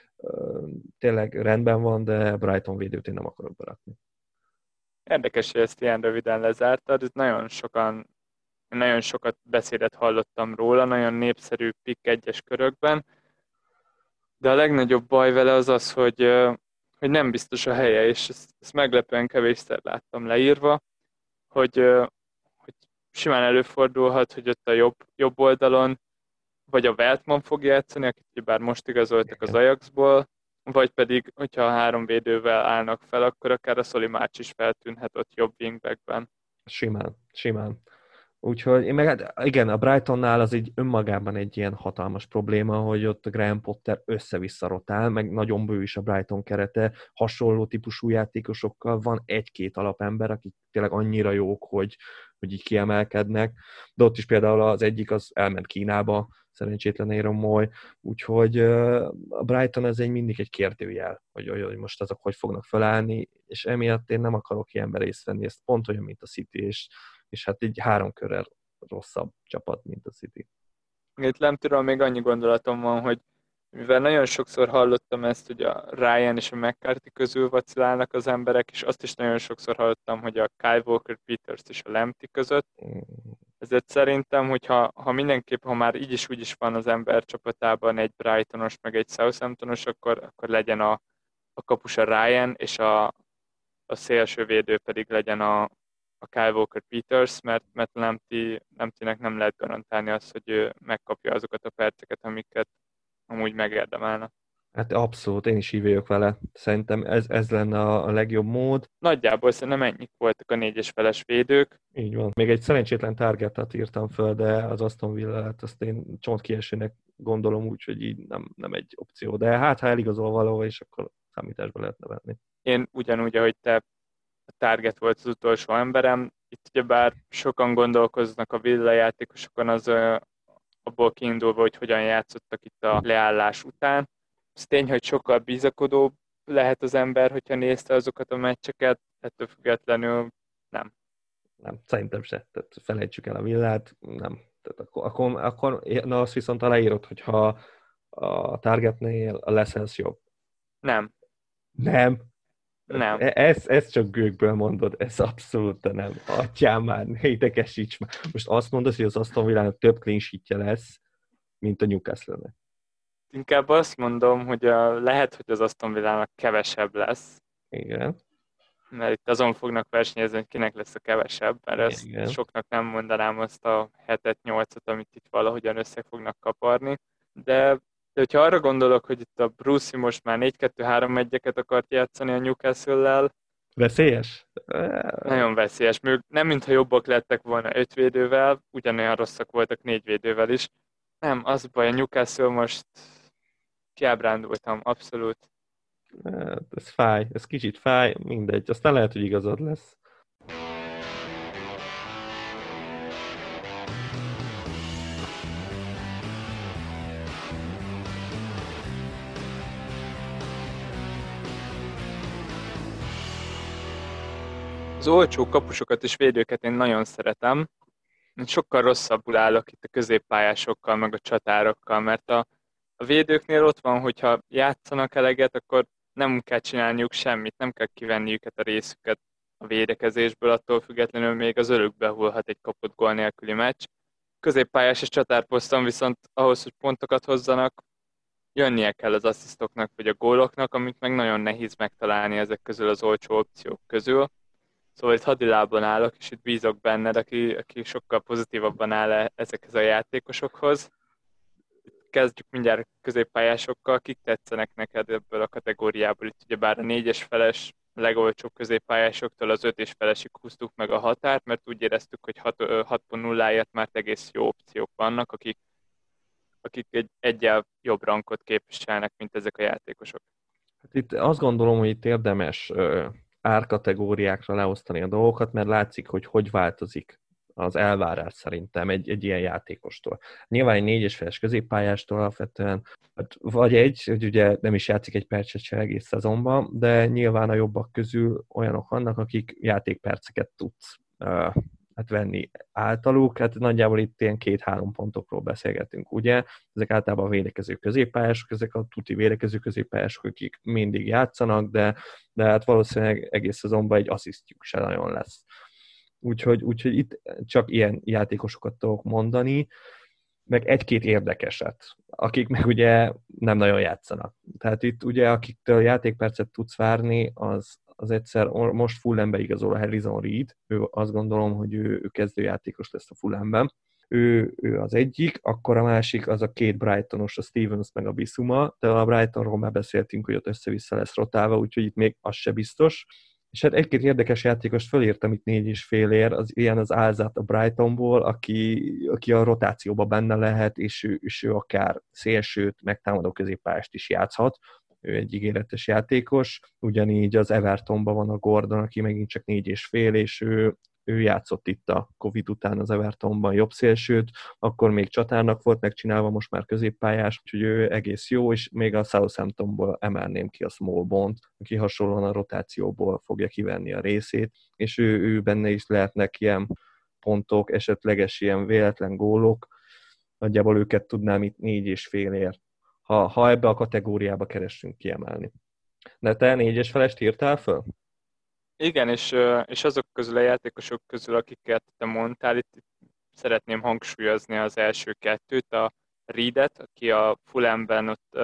Speaker 1: Tényleg rendben van, de Brighton védőt én nem akarok berakni.
Speaker 2: Érdekes, hogy ezt ilyen röviden lezártad. Nagyon sokan, nagyon sokat beszédet hallottam róla, nagyon népszerű pick egyes körökben, de a legnagyobb baj vele az az, hogy, hogy nem biztos a helye, és ezt, ezt meglepően kevésszer láttam leírva, hogy, hogy simán előfordulhat, hogy ott a jobb, jobb oldalon vagy a Veltman fog játszani, akit bár most igazoltak az Ajaxból, vagy pedig, hogyha a három védővel állnak fel, akkor akár a Szoli Mács is feltűnhet ott jobb wingbackben.
Speaker 1: Simán, simán. Úgyhogy én meg, hát igen, a Brightonnál az egy önmagában egy ilyen hatalmas probléma, hogy ott a Graham Potter össze-vissza rotál, meg nagyon bő is a Brighton kerete, hasonló típusú játékosokkal van egy-két alapember, akik tényleg annyira jók, hogy, hogy így kiemelkednek, de ott is például az egyik az elment Kínába, szerencsétlen Aaron Moy, úgyhogy a Brighton ez egy mindig egy kérdőjel, hogy, hogy most azok hogy fognak felállni, és emiatt én nem akarok ilyenben részt venni, ez pont olyan, mint a City, és és hát így három körrel rosszabb csapat, mint a City.
Speaker 2: Itt Lemtiről még annyi gondolatom van, hogy mivel nagyon sokszor hallottam ezt, hogy a Ryan és a McCarthy közül vacilálnak az emberek, és azt is nagyon sokszor hallottam, hogy a Kyle Walker Peters és a Lemti között. Ezért szerintem, hogy ha, ha mindenképp, ha már így is úgy is van az ember csapatában egy Brightonos, meg egy Southamptonos, akkor, akkor legyen a, a kapus a Ryan, és a, a szélsővédő pedig legyen a, a Kyle Walker-Peters, mert, mert Lamptey, Lampteynek nem lehet garantálni azt, hogy ő megkapja azokat a perceket, amiket amúgy megérdemelne.
Speaker 1: Hát abszolút, én is így vagyok vele. Szerintem ez, ez lenne a, a legjobb mód.
Speaker 2: Nagyjából szerintem ennyik voltak a négyes feles védők.
Speaker 1: Így van. Még egy szerencsétlen targetet írtam föl, de az Aston Villa-t azt én csontkiesőnek gondolom úgy, hogy így nem, nem egy opció. De hát, ha eligazol valahol, és akkor számításba lehetne venni.
Speaker 2: Én ugyanúgy, ahogy te, a Target volt az utolsó emberem. Itt ugyebár sokan gondolkoznak a Villa játékosokon, az abból kiindulva, hogy hogyan játszottak itt a leállás után. Ez tény, hogy sokkal bizakodóbb lehet az ember, hogyha nézte azokat a meccseket, ettől függetlenül nem.
Speaker 1: Nem, szerintem se. Tehát felejtsük el a Villát, nem. Tehát akkor, akkor, akkor na azt viszont aláírod, hogyha a Targetnél a Lessels jobb.
Speaker 2: Nem.
Speaker 1: Nem.
Speaker 2: Nem.
Speaker 1: Ez, ez csak gőkből mondod, ez abszolút nem. Atyám már, ne idegesíts már. Most azt mondod, hogy az Aston Villának több clean sheetje lesz, mint a Newcastle-nek.
Speaker 2: Inkább azt mondom, hogy a, lehet, hogy az Aston Villának kevesebb lesz.
Speaker 1: Igen.
Speaker 2: Mert itt azon fognak versenyezni, hogy kinek lesz a kevesebb, mert ezt
Speaker 1: Igen.
Speaker 2: soknak nem mondanám azt a hetet, nyolcat, amit itt valahogyan össze fognak kaparni. De, de hogyha arra gondolok, hogy itt a Brucey most már négy kettő három egyeket akart játszani a Newcastle-lel,
Speaker 1: Veszélyes?
Speaker 2: nagyon veszélyes. Még nem mintha jobbak lettek volna öt védővel, ugyanolyan rosszak voltak négy védővel is. Nem, az baj, a Newcastle most kiábrándultam, abszolút.
Speaker 1: Ez fáj, ez kicsit fáj, mindegy. Aztán lehet, hogy igazad lesz.
Speaker 2: Az olcsó kapusokat és védőket én nagyon szeretem. Én sokkal rosszabbul állok itt a középpályásokkal, meg a csatárokkal, mert a, a védőknél ott van, hogyha játszanak eleget, akkor nem kell csinálniuk semmit, nem kell kivenni őket a részüket a védekezésből, attól függetlenül még az örökbe hullhat egy kapott gól nélküli meccs. Középpályás és csatárposzton viszont ahhoz, hogy pontokat hozzanak, jönnie kell az asszisztoknak vagy a góloknak, amit meg nagyon nehéz megtalálni ezek közül az olcsó opciók közül. Szóval itt hadilában állok, és itt bízok benned, aki, aki sokkal pozitívabban áll ezekhez a játékosokhoz. Kezdjük mindjárt középpályásokkal. Kik tetszenek neked ebből a kategóriából? Itt ugyebár a négyes feles legolcsóbb középpályásoktól az öt és felesig húztuk meg a határt, mert úgy éreztük, hogy hat pont nulla-ért már egész jó opciók vannak, akik, akik egy egyel jobb rankot képviselnek, mint ezek a játékosok.
Speaker 1: Hát itt azt gondolom, hogy itt érdemes árkategóriákra leosztani a dolgokat, mert látszik, hogy hogy változik az elvárás szerintem egy, egy ilyen játékostól. Nyilván egy négyes feles középpályástól alapvetően, hát vagy egy, hogy ugye nem is játszik egy percet se egész szezonban, de nyilván a jobbak közül olyanok vannak, akik játékperceket tudsz uh, hát venni általuk. Hát nagyjából itt ilyen két-három pontokról beszélgetünk, ugye? Ezek általában védekező középpályások, ezek a tuti védekező középpályások, akik mindig játszanak, de, de hát valószínűleg egész szezonban egy asszisztjuk se nagyon lesz. Úgyhogy, úgyhogy itt csak ilyen játékosokat tudok mondani, meg egy-két érdekeset, akik meg ugye nem nagyon játszanak. Tehát itt ugye, akiktől játékpercet tudsz várni, az, az egyszer most Fulhambe igazol a Harrison Reed, ő azt gondolom, hogy ő, ő kezdőjátékos lesz a Fulhamben. Ő, ő az egyik, akkor a másik az a két Brightonos, a Stevens meg a Bissouma, de a Brightonról már beszéltünk, hogy ott össze-vissza lesz rotálva, úgyhogy itt még az se biztos. És hát egy-két érdekes játékost fölírtam itt négy és fél ér, az ilyen az Álzát a Brightonból, aki, aki a rotációban benne lehet, és ő, és ő akár szélsőt, meg támadó középpályást is játszhat. Ő egy ígéretes játékos. Ugyanígy az Evertonban van a Gordon, aki megint csak négy és fél, és ő, ő játszott itt a Covid után az Evertonban jobb szélsőt, akkor még csatárnak volt megcsinálva, most már középpályás, úgyhogy ő egész jó, és még a Southamptonból emelném ki a Smallbone-t, aki hasonlóan a rotációból fogja kivenni a részét, és ő, ő benne is lehetnek ilyen pontok, esetleges ilyen véletlen gólok, nagyjából őket tudnám itt négy és fél ér, ha, ha ebbe a kategóriába keressünk kiemelni. De te négyes felest írtál föl?
Speaker 2: Igen, és, és azok közül a játékosok közül, akiket te mondtál, itt szeretném hangsúlyozni az első kettőt, a Reedet, aki a Fulhamben ott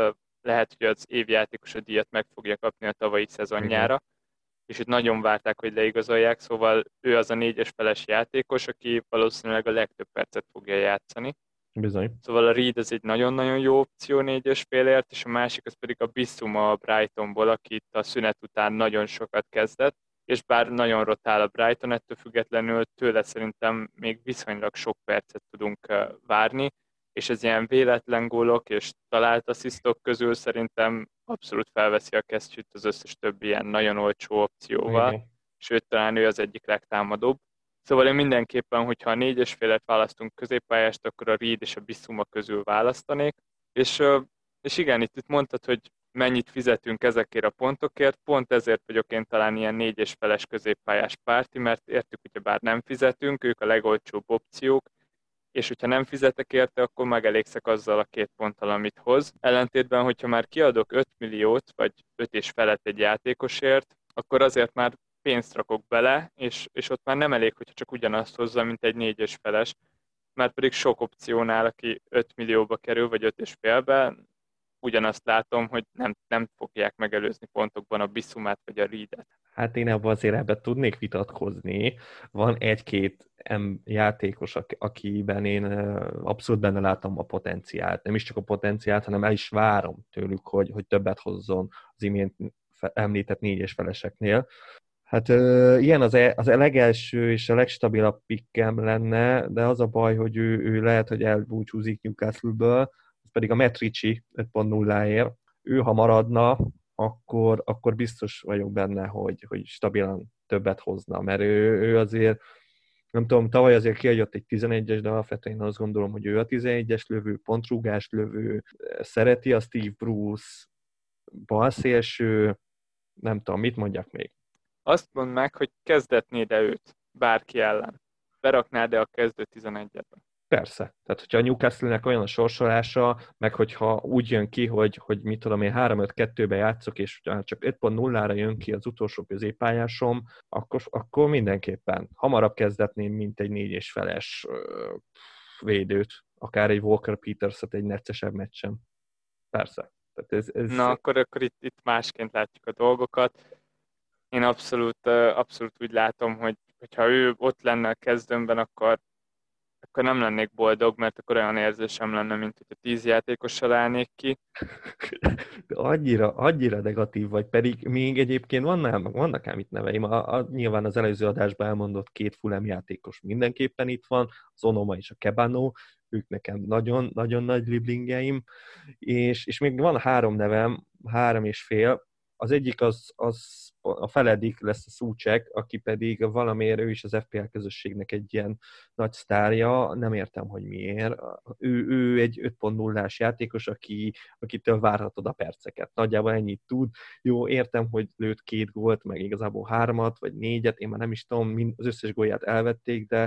Speaker 2: lehet, hogy az évjátékos a díjat meg fogja kapni a tavalyi szezonjára,
Speaker 1: Igen,
Speaker 2: és itt nagyon várták, hogy leigazolják, szóval ő az a négyes feles játékos, aki valószínűleg a legtöbb percet fogja játszani.
Speaker 1: bizony.
Speaker 2: Szóval a Reed ez egy nagyon-nagyon jó opció négyes félért, és a másik az pedig a Bissouma a Brightonból, aki itt a szünet után nagyon sokat kezdett, és bár nagyon rotál a Brighton, ettől függetlenül tőle szerintem még viszonylag sok percet tudunk várni, és ez ilyen véletlen gólok és talált asszisztok közül szerintem abszolút felveszi a kesztyűt az összes többi ilyen nagyon olcsó opcióval,
Speaker 1: Igen.
Speaker 2: sőt talán ő az egyik legtámadóbb. Szóval én mindenképpen, hogyha a négyes félet választunk középpályást, akkor a Reed és a Bissouma közül választanék. És, és igen, itt, itt mondtad, hogy mennyit fizetünk ezekért a pontokért, pont ezért vagyok én talán ilyen négyes feles középpályás párti, mert értük, hogy bár nem fizetünk, ők a legolcsóbb opciók, és hogyha nem fizetek érte, akkor megelégszek azzal a két ponttal, amit hoz. Ellentétben, hogyha már kiadok öt milliót, vagy öt és felett egy játékosért, akkor azért már pénzt rakok bele, és, és ott már nem elég, hogyha csak ugyanazt hozza, mint egy négyes feles, mert pedig sok opciónál, aki öt millióba kerül, vagy öt és félbe, ugyanazt látom, hogy nem, nem fogják megelőzni pontokban a Bissoumát vagy a Reedet.
Speaker 1: Hát én ebben azért ebben tudnék vitatkozni. Van egy-két em- játékos, ak- akiben én ö, abszolút benne látom a potenciált. Nem is csak a potenciált, hanem el is várom tőlük, hogy, hogy többet hozzon az imént fe- említett négyes feleseknél. Hát ö, ilyen az, e, az a legelső és a legstabilabb pikkem lenne, de az a baj, hogy ő, ő lehet, hogy elbúcsúzik Newcastle-ből, ez pedig a Matt Ritchie öt pont nulláért. Ő, ha maradna, akkor, akkor biztos vagyok benne, hogy, hogy stabilan többet hozna, mert ő, ő azért, nem tudom, tavaly azért kiadott egy tizenegyes, de alapvetően azt gondolom, hogy ő a tizenegyes lövő, pontrúgás lövő, szereti a Steve Bruce, balszélső, nem tudom, mit mondjak még.
Speaker 2: Azt mondd meg, hogy kezdetnéd-e őt bárki ellen? Beraknád-e a kezdő tizenegyetbe?
Speaker 1: Persze. Tehát, hogyha a Newcastle-nek olyan a sorsolása, meg hogyha úgy jön ki, hogy, hogy mit tudom én, három öt kettőbe játszok, és csak öt pont nullára jön ki az utolsó középpályásom, akkor, akkor mindenképpen hamarabb kezdetném, mint egy négy és feles ö, védőt, akár egy Walker Peters-et egy neccesebb meccsen. Persze. Tehát ez, ez...
Speaker 2: Na, akkor, akkor itt, itt másként látjuk a dolgokat. Én abszolút, abszolút úgy látom, hogy hogyha ő ott lenne a kezdőmben, akkor, akkor nem lennék boldog, mert akkor olyan érzésem lenne, mint hogy a tíz játékossal állnék ki.
Speaker 1: De annyira, annyira negatív vagy, pedig még egyébként vannak, vannak ám itt neveim. A, a, nyilván az előző adásban elmondott két Fulham játékos mindenképpen itt van, az Onoma és a Kebano, ők nekem nagyon-nagyon nagy liblingeim, és, és még van három nevem, három és fél, az egyik az, az a feledik lesz a Souček, aki pedig valamiért ő is az ef pé el közösségnek egy ilyen nagy sztárja, nem értem, hogy miért. Ő, ő egy öt pont nullás játékos, aki, akitől várhatod a perceket. Nagyjából ennyit tud. Jó, értem, hogy lőtt két gólt, meg igazából hármat, vagy négyet, én már nem is tudom, az összes gólját elvették, de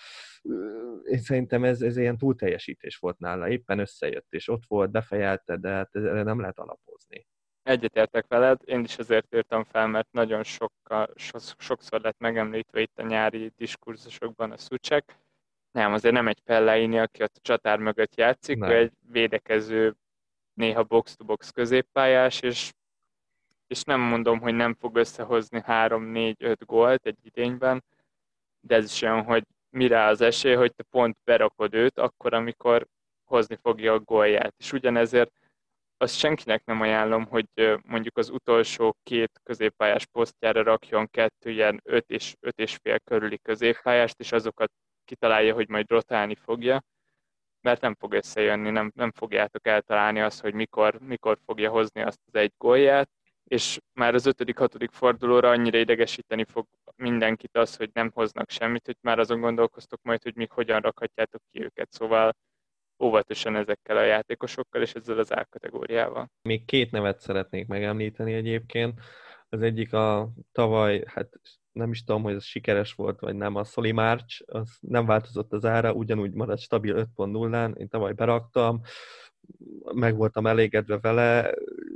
Speaker 1: én szerintem ez, ez ilyen túlteljesítés volt nála. Éppen összejött, és ott volt, befejelte, de hát erre nem lehet alapozni.
Speaker 2: Egyetértek veled, én is azért írtam fel, mert nagyon sokkal, so, sokszor lett megemlítve itt a nyári diskurzusokban a Souček. Nem, azért nem egy Fellaini, aki ott a csatár mögött játszik,
Speaker 1: Nem.
Speaker 2: ő egy védekező, néha box-to-box középpályás, és, és nem mondom, hogy nem fog összehozni három négy öt gólt egy idényben, de ez is olyan, hogy mire az esély, hogy te pont berakod őt, akkor, amikor hozni fogja a gólját. És ugyanezért azt senkinek nem ajánlom, hogy mondjuk az utolsó két középpályás posztjára rakjon kettő ilyen öt és öt és fél körüli középpályást, és azokat kitalálja, hogy majd rotálni fogja, mert nem fog összejönni, nem, nem fogjátok eltalálni azt, hogy mikor, mikor fogja hozni azt az egy gólját, és már az ötödik, hatodik fordulóra annyira idegesíteni fog mindenkit az, hogy nem hoznak semmit, hogy már azon gondolkoztok majd, hogy még hogyan rakhatjátok ki őket, szóval óvatosan ezekkel a játékosokkal és ezzel az árkategóriával.
Speaker 1: Még két nevet szeretnék megemlíteni egyébként. Az egyik a tavaly, hát nem is tudom, hogy ez sikeres volt, vagy nem, a Solly March, az nem változott az ára, ugyanúgy maradt stabil öt pont nullán, én tavaly beraktam, meg voltam elégedve vele,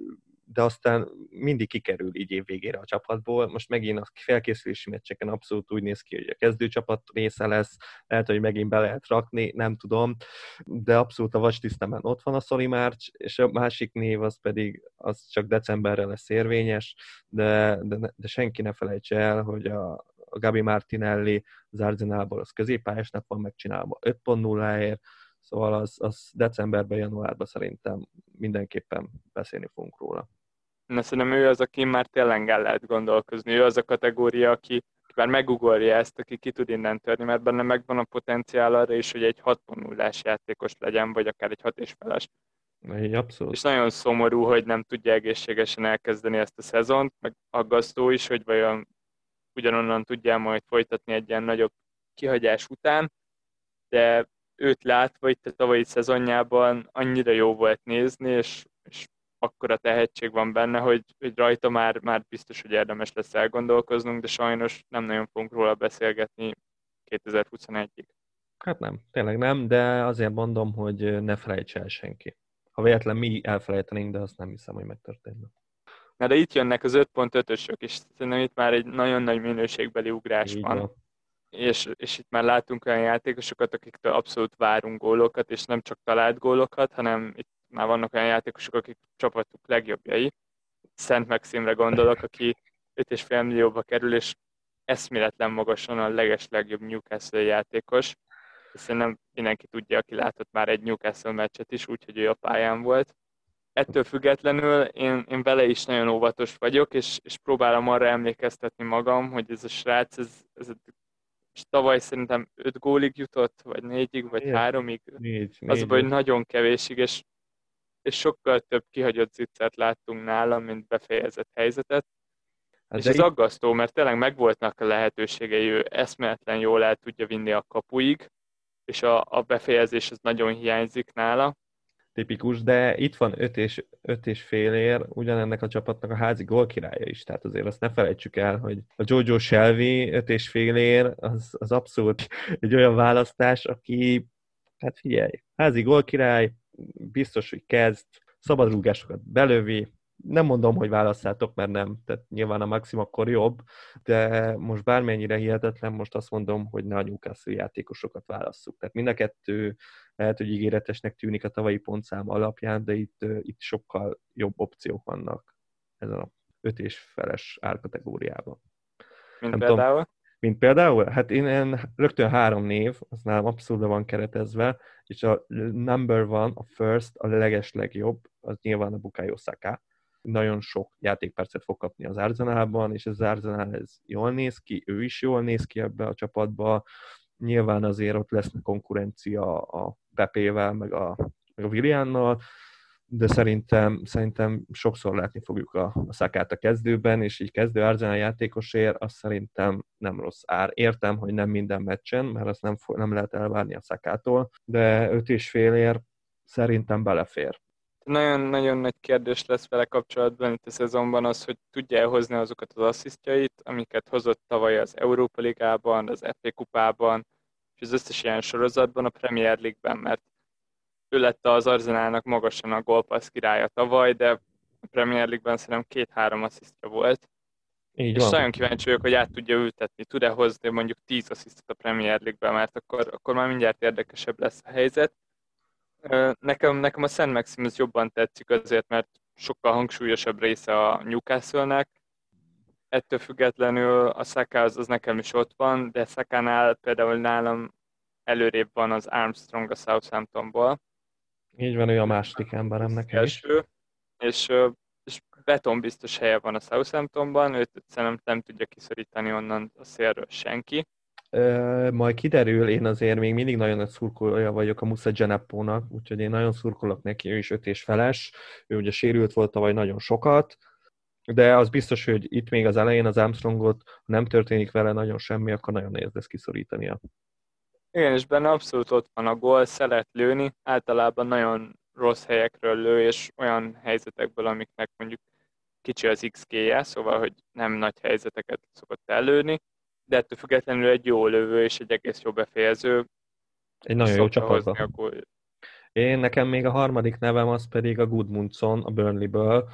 Speaker 1: de aztán mindig kikerül így év végére a csapatból. Most megint a felkészülési meccseken abszolút úgy néz ki, hogy a kezdőcsapat része lesz, lehet, hogy megint be lehet rakni, nem tudom, de abszolút a vaslisztemen ott van a Solly March, és a másik név az pedig az csak decemberre lesz érvényes, de, de, de senki ne felejtse el, hogy a, a Gabi Martinelli az Arsenalból az középpályásnak van megcsinálva öt pont nulláért, szóval az, az decemberben, januárban szerintem mindenképpen beszélni fogunk róla.
Speaker 2: Na, szerintem ő az, aki már tényleg el lehet gondolkozni. Ő az a kategória, aki már megugorja ezt, aki ki tud innen törni, mert benne megvan a potenciál arra is, hogy egy hat pont nullás játékos legyen, vagy akár egy hat és feles.
Speaker 1: Egy abszolút.
Speaker 2: És nagyon szomorú, hogy nem tudja egészségesen elkezdeni ezt a szezont, meg aggasztó is, hogy vajon ugyanonnan tudja majd folytatni egy ilyen nagyobb kihagyás után, de őt látva itt a tavalyi szezonjában annyira jó volt nézni, és, és akkora tehetség van benne, hogy, hogy rajta már, már biztos, hogy érdemes lesz elgondolkoznunk, de sajnos nem nagyon fogunk róla beszélgetni kétezer-huszonegyig.
Speaker 1: Hát nem, tényleg nem, de azért mondom, hogy ne felejts el senki. Ha véletlen mi elfelejtenénk, de azt nem hiszem, hogy megtörténne.
Speaker 2: Na de itt jönnek az öt pont ötösök, és szerintem itt már egy nagyon nagy minőségbeli ugrás
Speaker 1: Így
Speaker 2: van.
Speaker 1: van.
Speaker 2: És, és itt már látunk olyan játékosokat, akiktől abszolút várunk gólokat, és nem csak talált gólokat, hanem itt már vannak olyan játékosok, akik csapatuk legjobbjai. Szent Maximre gondolok, aki öt egész öt millióba kerül, és eszméletlen magasan a leges legjobb Newcastle játékos. Szerintem mindenki tudja, aki látott már egy Newcastle meccset is, úgyhogy ő a pályán volt. Ettől függetlenül én, én vele is nagyon óvatos vagyok, és, és próbálom arra emlékeztetni magam, hogy ez a srác, ez, ez és tavaly szerintem öt gólig jutott, vagy négyig, vagy háromig.
Speaker 1: Négy, négy,
Speaker 2: Az a baj, hogy nagyon kevésig, és, és sokkal több kihagyott zicsert láttunk nálam, mint befejezett helyzetet. Hát és ez itt... aggasztó, mert tényleg megvoltnak a lehetőségei, ő eszméletlen jól el tudja vinni a kapuig, és a, a befejezés az nagyon hiányzik nála.
Speaker 1: Tipikus, de itt van öt és, öt és fél ér, ugyanennek a csapatnak a házi gólkirálya is, tehát azért azt ne felejtsük el, hogy a Jojo Shelby öt és fél ér, az, az abszolút egy olyan választás, aki, hát figyelj, házi gólkirály, biztos, hogy kezd, szabadrúgásokat belövi, nem mondom, hogy válasszátok, mert nem, tehát nyilván a Maxim akkor jobb, de most bármennyire hihetetlen, most azt mondom, hogy ne a Newcastle játékosokat válasszuk. Tehát mind a kettő lehet, hogy ígéretesnek tűnik a tavalyi pontszám alapján, de itt, itt sokkal jobb opciók vannak ezen a öt és feles árkategóriában.
Speaker 2: Mint nem például? Tudom,
Speaker 1: mint például? Hát én, én rögtön három név, az nálam abszolút van keretezve, és a number one, a first, a leges legjobb, az nyilván a Bukayo Saka. Nagyon sok játékpercet fog kapni az Arsenalban, és az Arsenal ez jól néz ki, ő is jól néz ki ebbe a csapatba. Nyilván azért ott lesz konkurencia a Pepével, meg a, meg a Williannal, de szerintem, szerintem sokszor látni fogjuk a, a Sakát a kezdőben, és így kezdő Arsenal játékosért, azt szerintem nem rossz ár. Értem, hogy nem minden meccsen, mert azt nem, nem lehet elvárni a Sakától, de öt és félért szerintem belefér.
Speaker 2: Nagyon-nagyon nagy kérdés lesz vele kapcsolatban itt a szezonban az, hogy tudja elhozni azokat az asszisztjait, amiket hozott tavaly az Európa Ligában, az ef á kupában, és az összes ilyen sorozatban, a Premier League-ben, mert ő lett az Arsenalnak magasan a gólpassz királya tavaly, de a Premier League-ben szerintem két-három asszisztja volt.
Speaker 1: Így
Speaker 2: és
Speaker 1: van.
Speaker 2: nagyon kíváncsi vagyok, hogy át tudja ültetni, tud-e hozni mondjuk tíz asszisztot a Premier League-ben, mert akkor, akkor már mindjárt érdekesebb lesz a helyzet. Nekem, nekem a Szent Maximus jobban tetszik azért, mert sokkal hangsúlyosabb része a Newcastle-nek. Ettől függetlenül a Saka az, az nekem is ott van, de Sakánál például nálam előrébb van az Armstrong a Southamptonból.
Speaker 1: Így van, ő a második emberem nekem is.
Speaker 2: És, és beton biztos helye van a Southamptonban, őt szerintem nem tudja kiszorítani onnan a szélről senki.
Speaker 1: Ö, majd kiderül, én azért még mindig nagyon nagy szurkolója vagyok a Musa Geneppónak, úgyhogy én nagyon szurkolok neki, ő is öt és feles, ő ugye sérült volt tavaly nagyon sokat, de az biztos, hogy itt még az elején az Armstrongot, ha nem történik vele nagyon semmi, akkor nagyon nehéz lesz kiszorítania.
Speaker 2: Igen, és benne abszolút ott van a gól, szeret lőni, általában nagyon rossz helyekről lő, és olyan helyzetekből, amiknek mondjuk kicsi az iksz gé-je, szóval, hogy nem nagy helyzeteket szokott ellőni, de ettől függetlenül egy jó lövő és egy egész jó befejező.
Speaker 1: Egy nagyon jó csapatban. Én nekem még a harmadik nevem az pedig a Gudmundsson a Burnleyből,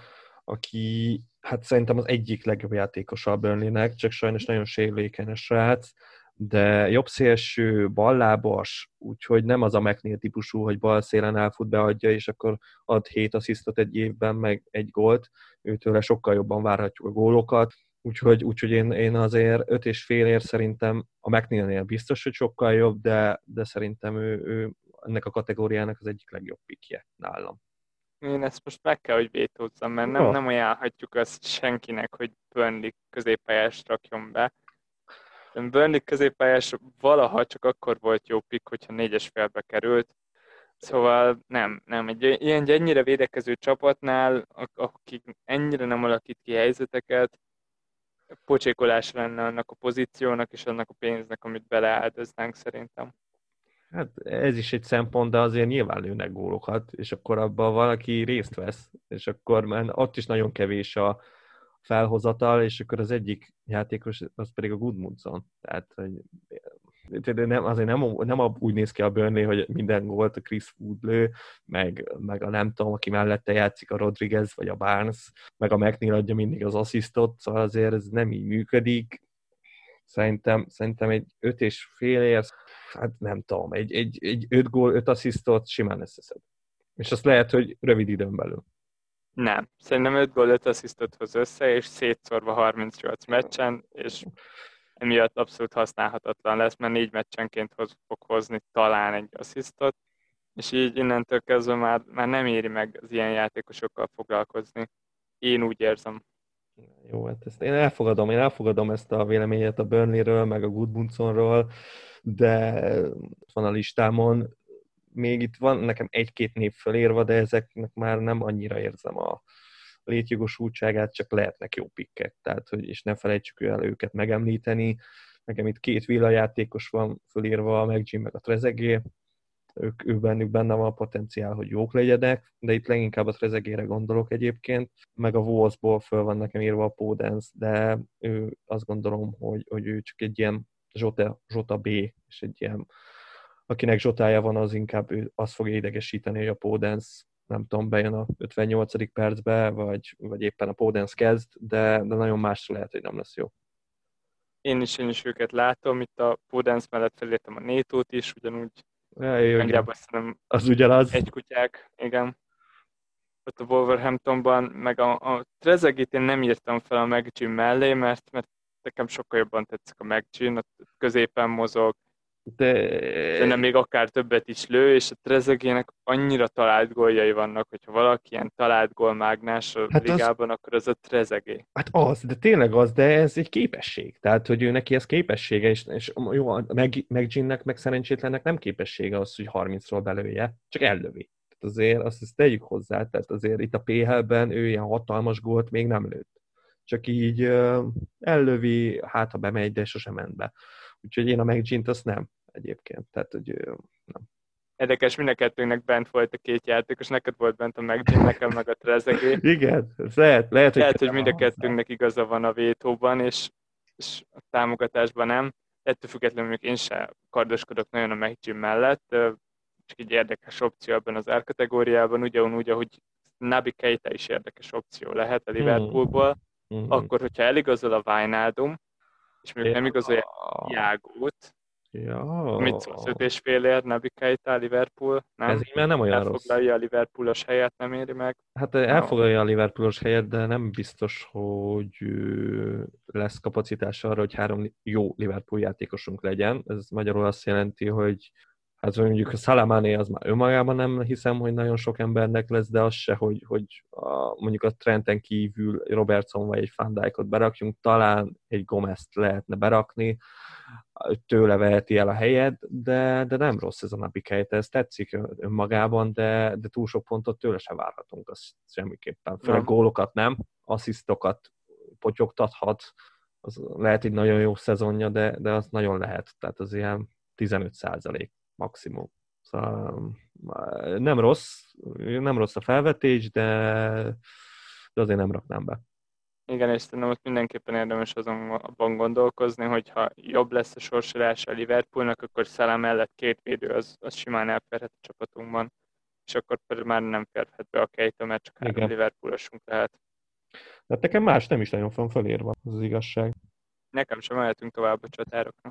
Speaker 1: aki hát szerintem az egyik legjobb játékosa a Burnleynek, csak sajnos nagyon sérülékeny a srác, de jobb szélső, ballábas, úgyhogy nem az a McNeil típusú, hogy bal szélen elfut, beadja, és akkor ad hét asszisztot egy évben, meg egy gólt. Őtőle sokkal jobban várhatjuk a gólokat, úgyhogy, úgyhogy én, én azért öt és félért szerintem a McNeilnél biztos, hogy sokkal jobb, de, de szerintem ő, ő ennek a kategóriának az egyik legjobb pikje nálam.
Speaker 2: Én ezt most meg kell, hogy vétózzam, mert nem,
Speaker 1: Ja.
Speaker 2: nem ajánlhatjuk azt senkinek, hogy Burnley középpályást rakjon be. Burnley középpályás valaha csak akkor volt jó pick, hogyha négyes félbe került. Szóval nem, nem. Egy ilyen ennyire védekező csapatnál, akik ennyire nem alakít ki helyzeteket, pocsékolás lenne annak a pozíciónak és annak a pénznek, amit beleáldoznánk szerintem.
Speaker 1: Hát ez is egy szempont, de azért nyilván lőnek gólokat, és akkor abban valaki részt vesz, és akkor már ott is nagyon kevés a felhozatal, és akkor az egyik játékos, az pedig a Gudmundsson. Tehát, hogy nem, azért nem, nem úgy néz ki a Burnley, hogy minden gólt a Chris Wood lő, meg, meg a nem tudom, aki mellette játszik, a Rodriguez vagy a Barnes, meg a McNeil adja mindig az asszisztot, szóval azért ez nem így működik. Szerintem, szerintem egy öt és félért, hát nem tudom, egy, egy, egy öt gól, öt asszisztot simán összeszed. És azt lehet, hogy rövid időn belül.
Speaker 2: Nem. Szerintem öt gól, öt asszisztot hoz össze, és szétszórva harmincnyolc meccsen, és emiatt abszolút használhatatlan lesz, mert négy meccsenként hoz, fog hozni talán egy asszisztot, és így innentől kezdve már, már nem éri meg az ilyen játékosokkal foglalkozni. Én úgy érzem.
Speaker 1: Jó, hát ezt én elfogadom, én elfogadom ezt a véleményet a Burnleyről, meg a Gudmundssonról, de van a listámon, még itt van nekem egy-két név fölírva, de ezeknek már nem annyira érzem a létjogosultságát, csak lehetnek jó pikkek, tehát, hogy, és ne felejtsük el őket megemlíteni. Nekem itt két villajátékos van fölírva, a McGinn meg a Trezeguet, ők, ők bennük benne van a potenciál, hogy jók legyenek, de itt leginkább a Trezeguére gondolok egyébként, meg a Wolvesból föl van nekem írva a Podence, de ő azt gondolom, hogy, hogy ő csak egy ilyen Zsota, Zsota B, és egy ilyen, akinek Zsotája van, az inkább ő azt fogja idegesíteni, hogy a Podence nem tudom, bejön a ötvennyolcadik percbe, vagy, vagy éppen a Podence kezd, de, de nagyon másra lehet, hogy nem lesz jó.
Speaker 2: Én is, én is őket látom, itt a Podence mellett felírtam a Nétót is, ugyanúgy
Speaker 1: Ja, jó,
Speaker 2: nagyjából szerintem
Speaker 1: az ugyanaz.
Speaker 2: egy kutyák, igen. Ott a Wolverhamptonban, meg a, a Trezeguet én nem írtam fel a McGinn mellé, mert, mert nekem sokkal jobban tetszik a McGinn, ott középen mozog,
Speaker 1: De...
Speaker 2: nem még akár többet is lő, és a Trezeguetnek annyira talált góljai vannak, hogyha valaki ilyen talált gólmágnás a
Speaker 1: hát
Speaker 2: ligában,
Speaker 1: az...
Speaker 2: akkor az a Trezeguet.
Speaker 1: Hát az, de tényleg az, de ez egy képesség. Tehát, hogy ő neki ez képessége, és, és jó, a McGinnnek meg szerencsétlennek nem képessége az, hogy harmincról belője, csak ellövi. Tehát azért azt, azt tegyük hozzá, tehát azért itt a pé há el-ben ő ilyen hatalmas gólt még nem lőtt. Csak így uh, ellövi, hát ha bemegy, de sosem ment be. Úgyhogy én a McGinn-t azt nem egyébként. Tehát, hogy uh, nem.
Speaker 2: Érdekes, mind a kettőnknek bent volt a két játékos, neked volt bent a McGinn, nekem meg a Trezeguet.
Speaker 1: Igen, ez lehet, lehet, hogy,
Speaker 2: lehet, hogy mind a kettőnknek igaza van a vétóban, és, és a támogatásban nem. Ettől függetlenül még én sem kardoskodok nagyon a McGinn mellett, csak egy érdekes opció ebben az árkategóriában, ugyanúgy, ahogy Naby Keita is érdekes opció lehet a Liverpoolból, hmm. akkor, hogyha eligazol a Wijnaldum, és még ja. nem igazolja a Jágót,
Speaker 1: ja.
Speaker 2: mit szólsz, öt és félért Naby Keita a Liverpool, nem?
Speaker 1: Ez így már nem olyan rossz.
Speaker 2: Elfoglalja a Liverpoolos helyet, nem éri meg?
Speaker 1: Hát elfoglalja a Liverpoolos helyet, de nem biztos, hogy lesz kapacitás arra, hogy három jó Liverpool játékosunk legyen. Ez magyarul azt jelenti, hogy hát mondjuk a Salamane az már önmagában nem hiszem, hogy nagyon sok embernek lesz, de az se, hogy, hogy a, mondjuk a Trenten kívül Robertson vagy egy Van Dijkot berakjunk, talán egy Gomezt lehetne berakni, tőle veheti el a helyet, de, de nem rossz ez a Naby Keita, ez tetszik önmagában, de, de túl sok pontot tőle se várhatunk, az semmiképpen. Főleg gólokat nem, asszisztokat potyogtathat, az lehet egy nagyon jó szezonja, de, de az nagyon lehet, tehát az ilyen tizenöt százalék maximum. Szóval nem rossz, nem rossz a felvetés, de, de azért nem raknám be.
Speaker 2: Igen, és szerintem ott mindenképpen érdemes azon abban gondolkozni, hogy ha jobb lesz a sorsolása a Liverpoolnak, akkor Salah mellett két védő az, az simán elférhet a csapatunkban, és akkor már nem férhet be a Keita, mert csak három Liverpoolosunk lehet.
Speaker 1: Hát nekem más nem is nagyon van fölírva, az az igazság.
Speaker 2: Nekem sem mehetünk tovább a csatárokra.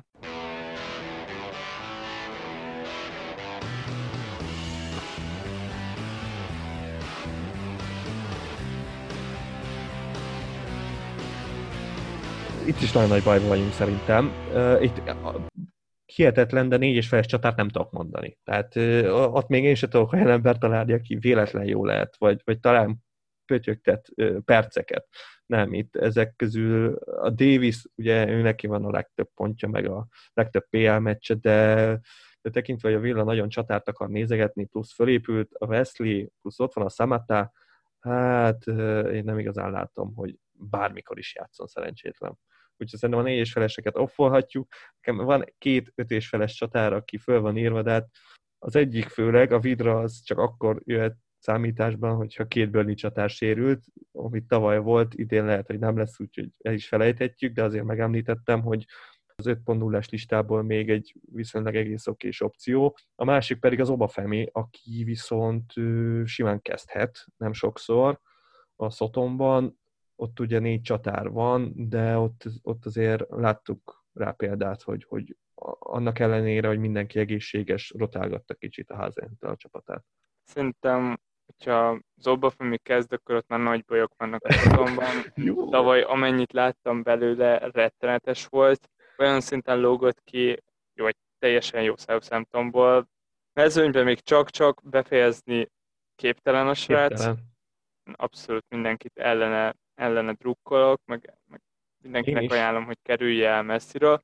Speaker 1: Itt is nagyon nagy bajban vagyunk szerintem. Uh, itt uh, hihetetlen, de négy és feles csatát nem tudok mondani. Tehát uh, ott még én sem tudok olyan ember találni, aki véletlen jó lehet, vagy, vagy talán pötyögtet uh, perceket. Nem, itt ezek közül a Davis, ugye ő neki van a legtöbb pontja, meg a legtöbb pé el meccse, de, de tekintve, hogy a Villa nagyon csatárt akar nézegetni, plusz fölépült a Wesley, plusz ott van a Samatta, hát uh, én nem igazán látom, hogy bármikor is játszon szerencsétlen. Úgyhogy szerintem a négy és feleseket offolhatjuk. Van két öt és feles csatára, aki föl van írva, de hát az egyik főleg, a Vidra az csak akkor jöhet számításban, hogyha két Burnley csatár sérült, amit tavaly volt, idén lehet, hogy nem lesz, úgyhogy el is felejthetjük, de azért megemlítettem, hogy az öt pont nullás listából még egy viszonylag egész okés opció. A másik pedig az Obafemi, aki viszont simán kezdhet, nem sokszor a Sotonban. Ott ugye négy csatár van, de ott, ott azért láttuk rá példát, hogy, hogy annak ellenére, hogy mindenki egészséges, rotálgatta kicsit a Házentől a csapatát.
Speaker 2: Szerintem, hogyha az Obafemi kezd, akkor ott már nagy bajok vannak a Sotonban. Tavaly amennyit láttam belőle, rettenetes volt. Olyan szinten lógott ki, vagy teljesen jó Southamptonból. Mezőnyben még csak-csak befejezni képtelen a srác.
Speaker 1: Képtelen.
Speaker 2: Abszolút mindenkit ellene, ellene drukkolok, meg, meg mindenkinek ajánlom, hogy kerülje el messziről.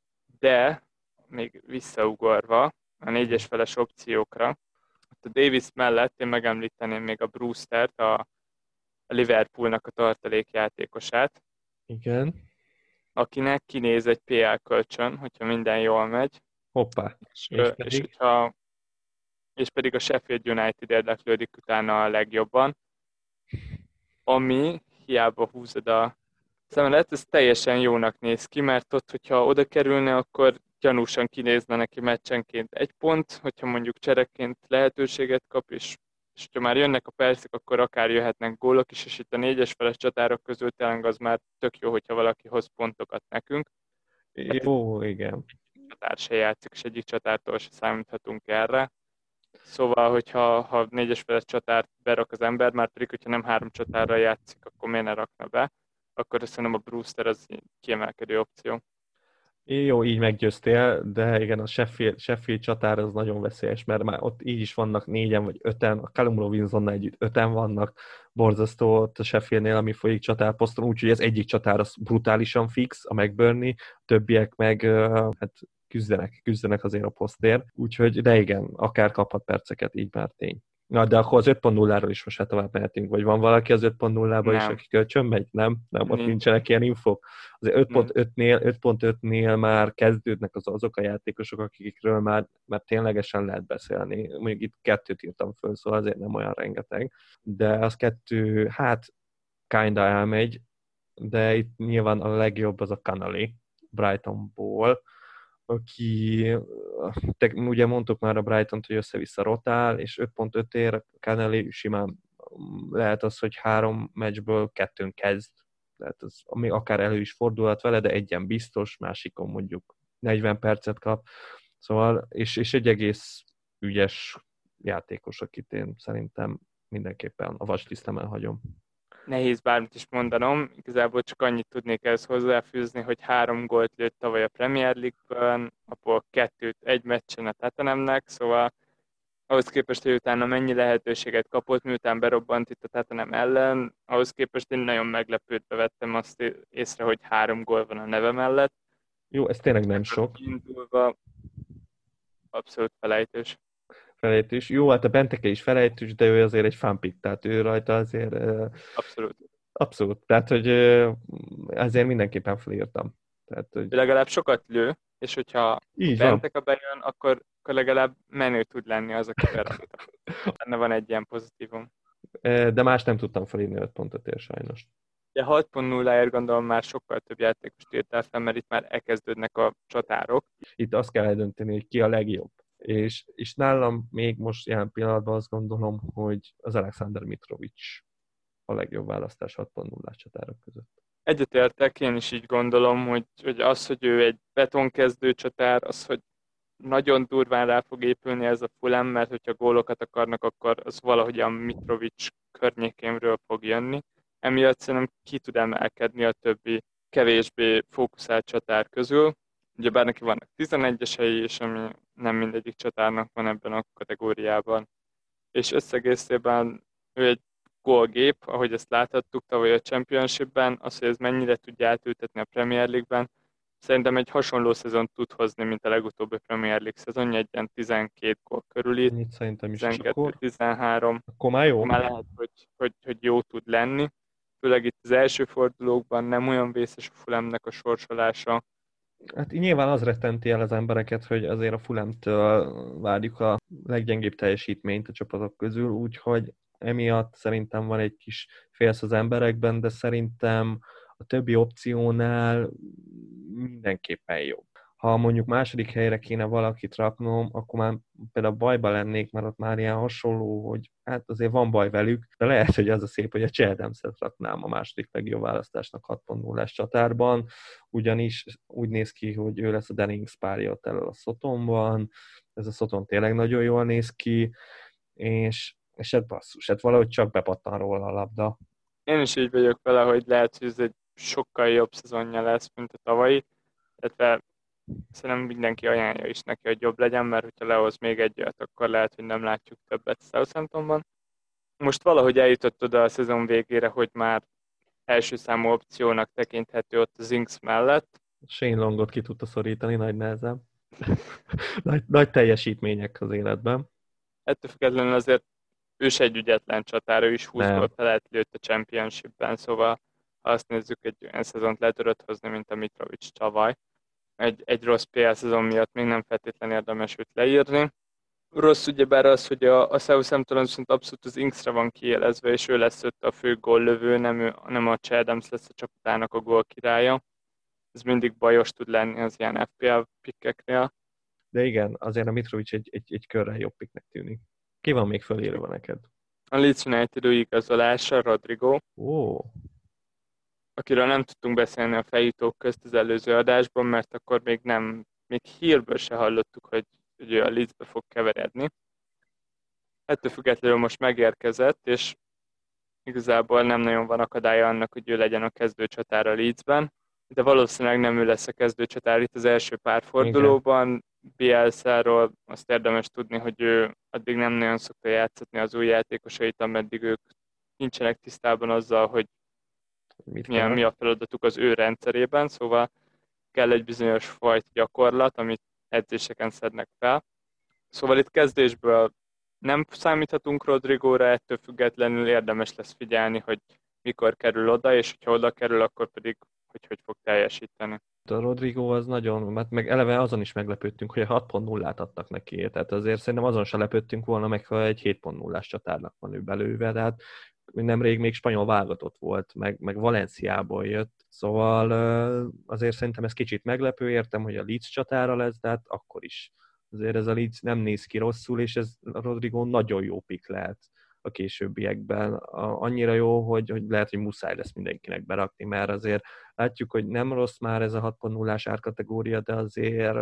Speaker 2: De még visszaugorva a négyes feles opciókra, a Davis mellett én megemlíteném még a Brewstert, a Liverpoolnak a tartalékjátékosát.
Speaker 1: Igen.
Speaker 2: Akinek kinéz egy pé el kölcsön, hogyha minden jól megy.
Speaker 1: Hoppá.
Speaker 2: És, és, pedig? És, hogyha, és pedig a Sheffield United érdeklődik utána a legjobban, ami hiába húzod a szemelet, ez teljesen jónak néz ki, mert ott, hogyha oda kerülne, akkor gyanúsan kinézne neki meccsenként egy pont, hogyha mondjuk csereként lehetőséget kap, és, és hogyha már jönnek a percek, akkor akár jöhetnek gólok is, és itt a négyes feles csatárok közül tényleg az már tök jó, hogyha valaki hoz pontokat nekünk.
Speaker 1: Jó, hát, igen.
Speaker 2: Egyik csatár se játszik, és egyik csatártól se számíthatunk erre. Szóval, hogyha ha négyes feles csatárt berak az ember, már pedig, hogyha nem három csatárra játszik, akkor miért ne rakna be, akkor szerintem a Brewster az kiemelkedő opció.
Speaker 1: Jó, így meggyőztél, de igen, a Sheffield, Sheffield csatár az nagyon veszélyes, mert már ott így is vannak négyen vagy öten, a Callum Robinsonnal együtt öten vannak, borzasztó ott a Sheffieldnél, ami folyik csatárposzton, úgyhogy az egyik csatár az brutálisan fix, a McBurney, a többiek meg hát küzdenek, küzdenek azért a posztért, úgyhogy de igen, akár kaphat perceket, így már tény. Na, de akkor az öt pont nulláról is most hát tovább mehetünk, vagy van valaki az öt pont nullában is, aki kölcsön megy? Nem? Nem, ott
Speaker 2: Nincs.
Speaker 1: nincsenek ilyen infók. Az öt pont ötnél, öt pont ötnél már kezdődnek az, azok a játékosok, akikről már, már ténylegesen lehet beszélni. Mondjuk itt kettőt írtam föl, szóval azért nem olyan rengeteg. De az kettő, hát kinda elmegy, de itt nyilván a legjobb az a Connolly Brightonból, aki, te, ugye mondtuk már a Brightont, hogy össze-vissza rotál, és öt pont öt ér, Connolly simán lehet az, hogy három meccsből kettőn kezd, lehet az, ami akár elő is fordulhat vele, de egyen biztos, másikon mondjuk negyven percet kap, szóval, és, és egy egész ügyes játékos, akit én szerintem mindenképpen a vaslisztemen hagyom.
Speaker 2: Nehéz bármit is mondanom, igazából csak annyit tudnék ehhez hozzáfűzni, hogy három gólt lőtt tavaly a Premier League-ben, abból kettőt egy meccsen a Tottenhamnek, szóval ahhoz képest, hogy utána mennyi lehetőséget kapott, miután berobbant itt a Tottenham ellen, ahhoz képest én nagyon meglepődve vettem azt észre, hogy három gól van a neve mellett.
Speaker 1: Jó, ez tényleg nem sok.
Speaker 2: Indulva abszolút felejtős.
Speaker 1: Felejtős. Jó, hát a Benteke is felejtős, de ő azért egy fanpick, tehát ő rajta azért...
Speaker 2: Abszolút.
Speaker 1: Abszolút, tehát hogy ezért mindenképpen felírtam. Tehát, hogy...
Speaker 2: Legalább sokat lő, és hogyha
Speaker 1: így
Speaker 2: Benteke bejön, akkor, akkor legalább menő tud lenni az, aki berajta. Benne van egy ilyen pozitívum.
Speaker 1: De más nem tudtam felírni öt pont ötért sajnos.
Speaker 2: De hat pont nulláért gondolom már sokkal több játékost írtál fel, mert itt már elkezdődnek a csatárok.
Speaker 1: Itt azt kell eldönteni, hogy ki a legjobb. És, és nálam még most jelen pillanatban azt gondolom, hogy az Alexander Mitrovic a legjobb választás hat pont nullás csatárok között.
Speaker 2: Egyetértek, én is így gondolom, hogy, hogy az, hogy ő egy betonkezdő csatár, az, hogy nagyon durván rá fog épülni ez a Fulham, mert hogyha gólokat akarnak, akkor az valahogy a Mitrovic környékénről fog jönni. Emiatt szerintem ki tud emelkedni a többi kevésbé fókuszált csatár közül. Ugyebár neki vannak tizenegyesei, és ami nem mindegyik csatárnak van ebben a kategóriában. És összegészében ő egy gólgép, ahogy ezt láthattuk tavaly a Championshipben, az, hogy ez mennyire tudja átültetni a Premier League-ben, szerintem egy hasonló szezon tud hozni, mint a legutóbbi Premier League szezonja, egy ilyen tizenkét gól körüli,
Speaker 1: Ennyit szerintem is, és
Speaker 2: tizenkettő
Speaker 1: akkor,
Speaker 2: tizenhárom,
Speaker 1: akkor már jó.
Speaker 2: már lehet, hogy, hogy, hogy jó tud lenni. Főleg itt az első fordulókban nem olyan vészes a Fulhamnek a sorsolása.
Speaker 1: Hát nyilván az rettenti el az embereket, hogy azért a Fulhamtől várjuk a leggyengébb teljesítményt a csapatok közül, úgyhogy emiatt szerintem van egy kis félsz az emberekben, de szerintem a többi opciónál mindenképpen jobb. Ha mondjuk második helyre kéne valakit raknom, akkor már például bajba lennék, mert ott már ilyen hasonló, hogy hát azért van baj velük, de lehet, hogy az a szép, hogy a Chelsea-t raknám a második legjobb választásnak hat pont nullás csatárban, ugyanis úgy néz ki, hogy ő lesz a Dennings párja ott elől a Sotonban, ez a Soton tényleg nagyon jól néz ki, és, és hát basszus, hát valahogy csak bepattan róla a labda.
Speaker 2: Én is így vagyok vele, hogy lehet, hogy ez egy sokkal jobb szezonja lesz, mint a tavalyi, illetve szerintem mindenki ajánlja is neki, hogy jobb legyen, mert hogyha lehoz még egy olyat, akkor lehet, hogy nem látjuk többet Southamptonban. Most valahogy eljutott oda a szezon végére, hogy már első számú opciónak tekinthető ott az Inks mellett.
Speaker 1: Shane Longot ki tudta szorítani nagy nehezen. nagy, nagy teljesítmények az életben.
Speaker 2: Ettől függetlenül azért ő se egy ügyetlen csatár, ő is húsz gólt felett lőtt a Championshipben, szóval ha azt nézzük, egy olyan szezont le tudott hozni, mint a Mitrovic tavaly. Egy, egy rossz pé el szezon miatt még nem feltétlenül érdemes őt leírni. Rossz ugyebár az, hogy a, a Southampton viszont abszolút az Inksre van kiélezve, és ő lesz ott a fő góllövő, nem, ő, nem a Che Adams lesz a csapatának a gól királya. Ez mindig bajos tud lenni az ilyen ef pé el pikkeknél.
Speaker 1: De igen, azért a Mitrovic egy, egy, egy körrel jobb picknek tűnik. Ki van még fölírva neked?
Speaker 2: A Leeds United igazolása, Rodrigo,
Speaker 1: Ó,
Speaker 2: akiről nem tudtunk beszélni a feljutók közt az előző adásban, mert akkor még nem, még hírből se hallottuk, hogy, hogy ő a Leedsbe fog keveredni. Ettől függetlenül most megérkezett, és igazából nem nagyon van akadálya annak, hogy ő legyen a kezdőcsatár a Leedsben, de valószínűleg nem ő lesz a kezdőcsatár itt az első pár fordulóban. Bielsáról azt érdemes tudni, hogy ő addig nem nagyon szokta játszatni az új játékosait, ameddig ők nincsenek tisztában azzal, hogy
Speaker 1: mit
Speaker 2: milyen, mi a feladatuk az ő rendszerében, szóval kell egy bizonyos fajta gyakorlat, amit edzéseken szednek fel. Szóval itt kezdésből nem számíthatunk Rodrigóra, ettől függetlenül érdemes lesz figyelni, hogy mikor kerül oda, és hogyha oda kerül, akkor pedig hogy hogy fog teljesíteni.
Speaker 1: A Rodrigo az nagyon, mert meg eleve azon is meglepődtünk, hogy a hat pont nullát adtak neki, tehát azért szerintem azon se lepődtünk volna meg, ha egy hét pont nullás csatárnak van ő belőve, de hát nemrég még spanyol válogatott volt, meg, meg Valenciából jött, szóval azért szerintem ez kicsit meglepő, értem, hogy a Leeds csatára lesz, de hát akkor is. Azért ez a Leeds nem néz ki rosszul, és ez a Rodrigo nagyon jó pick lehet a későbbiekben. Annyira jó, hogy, hogy lehet, hogy muszáj lesz mindenkinek berakni, mert azért látjuk, hogy nem rossz már ez a hat pont nullás árkategória, de azért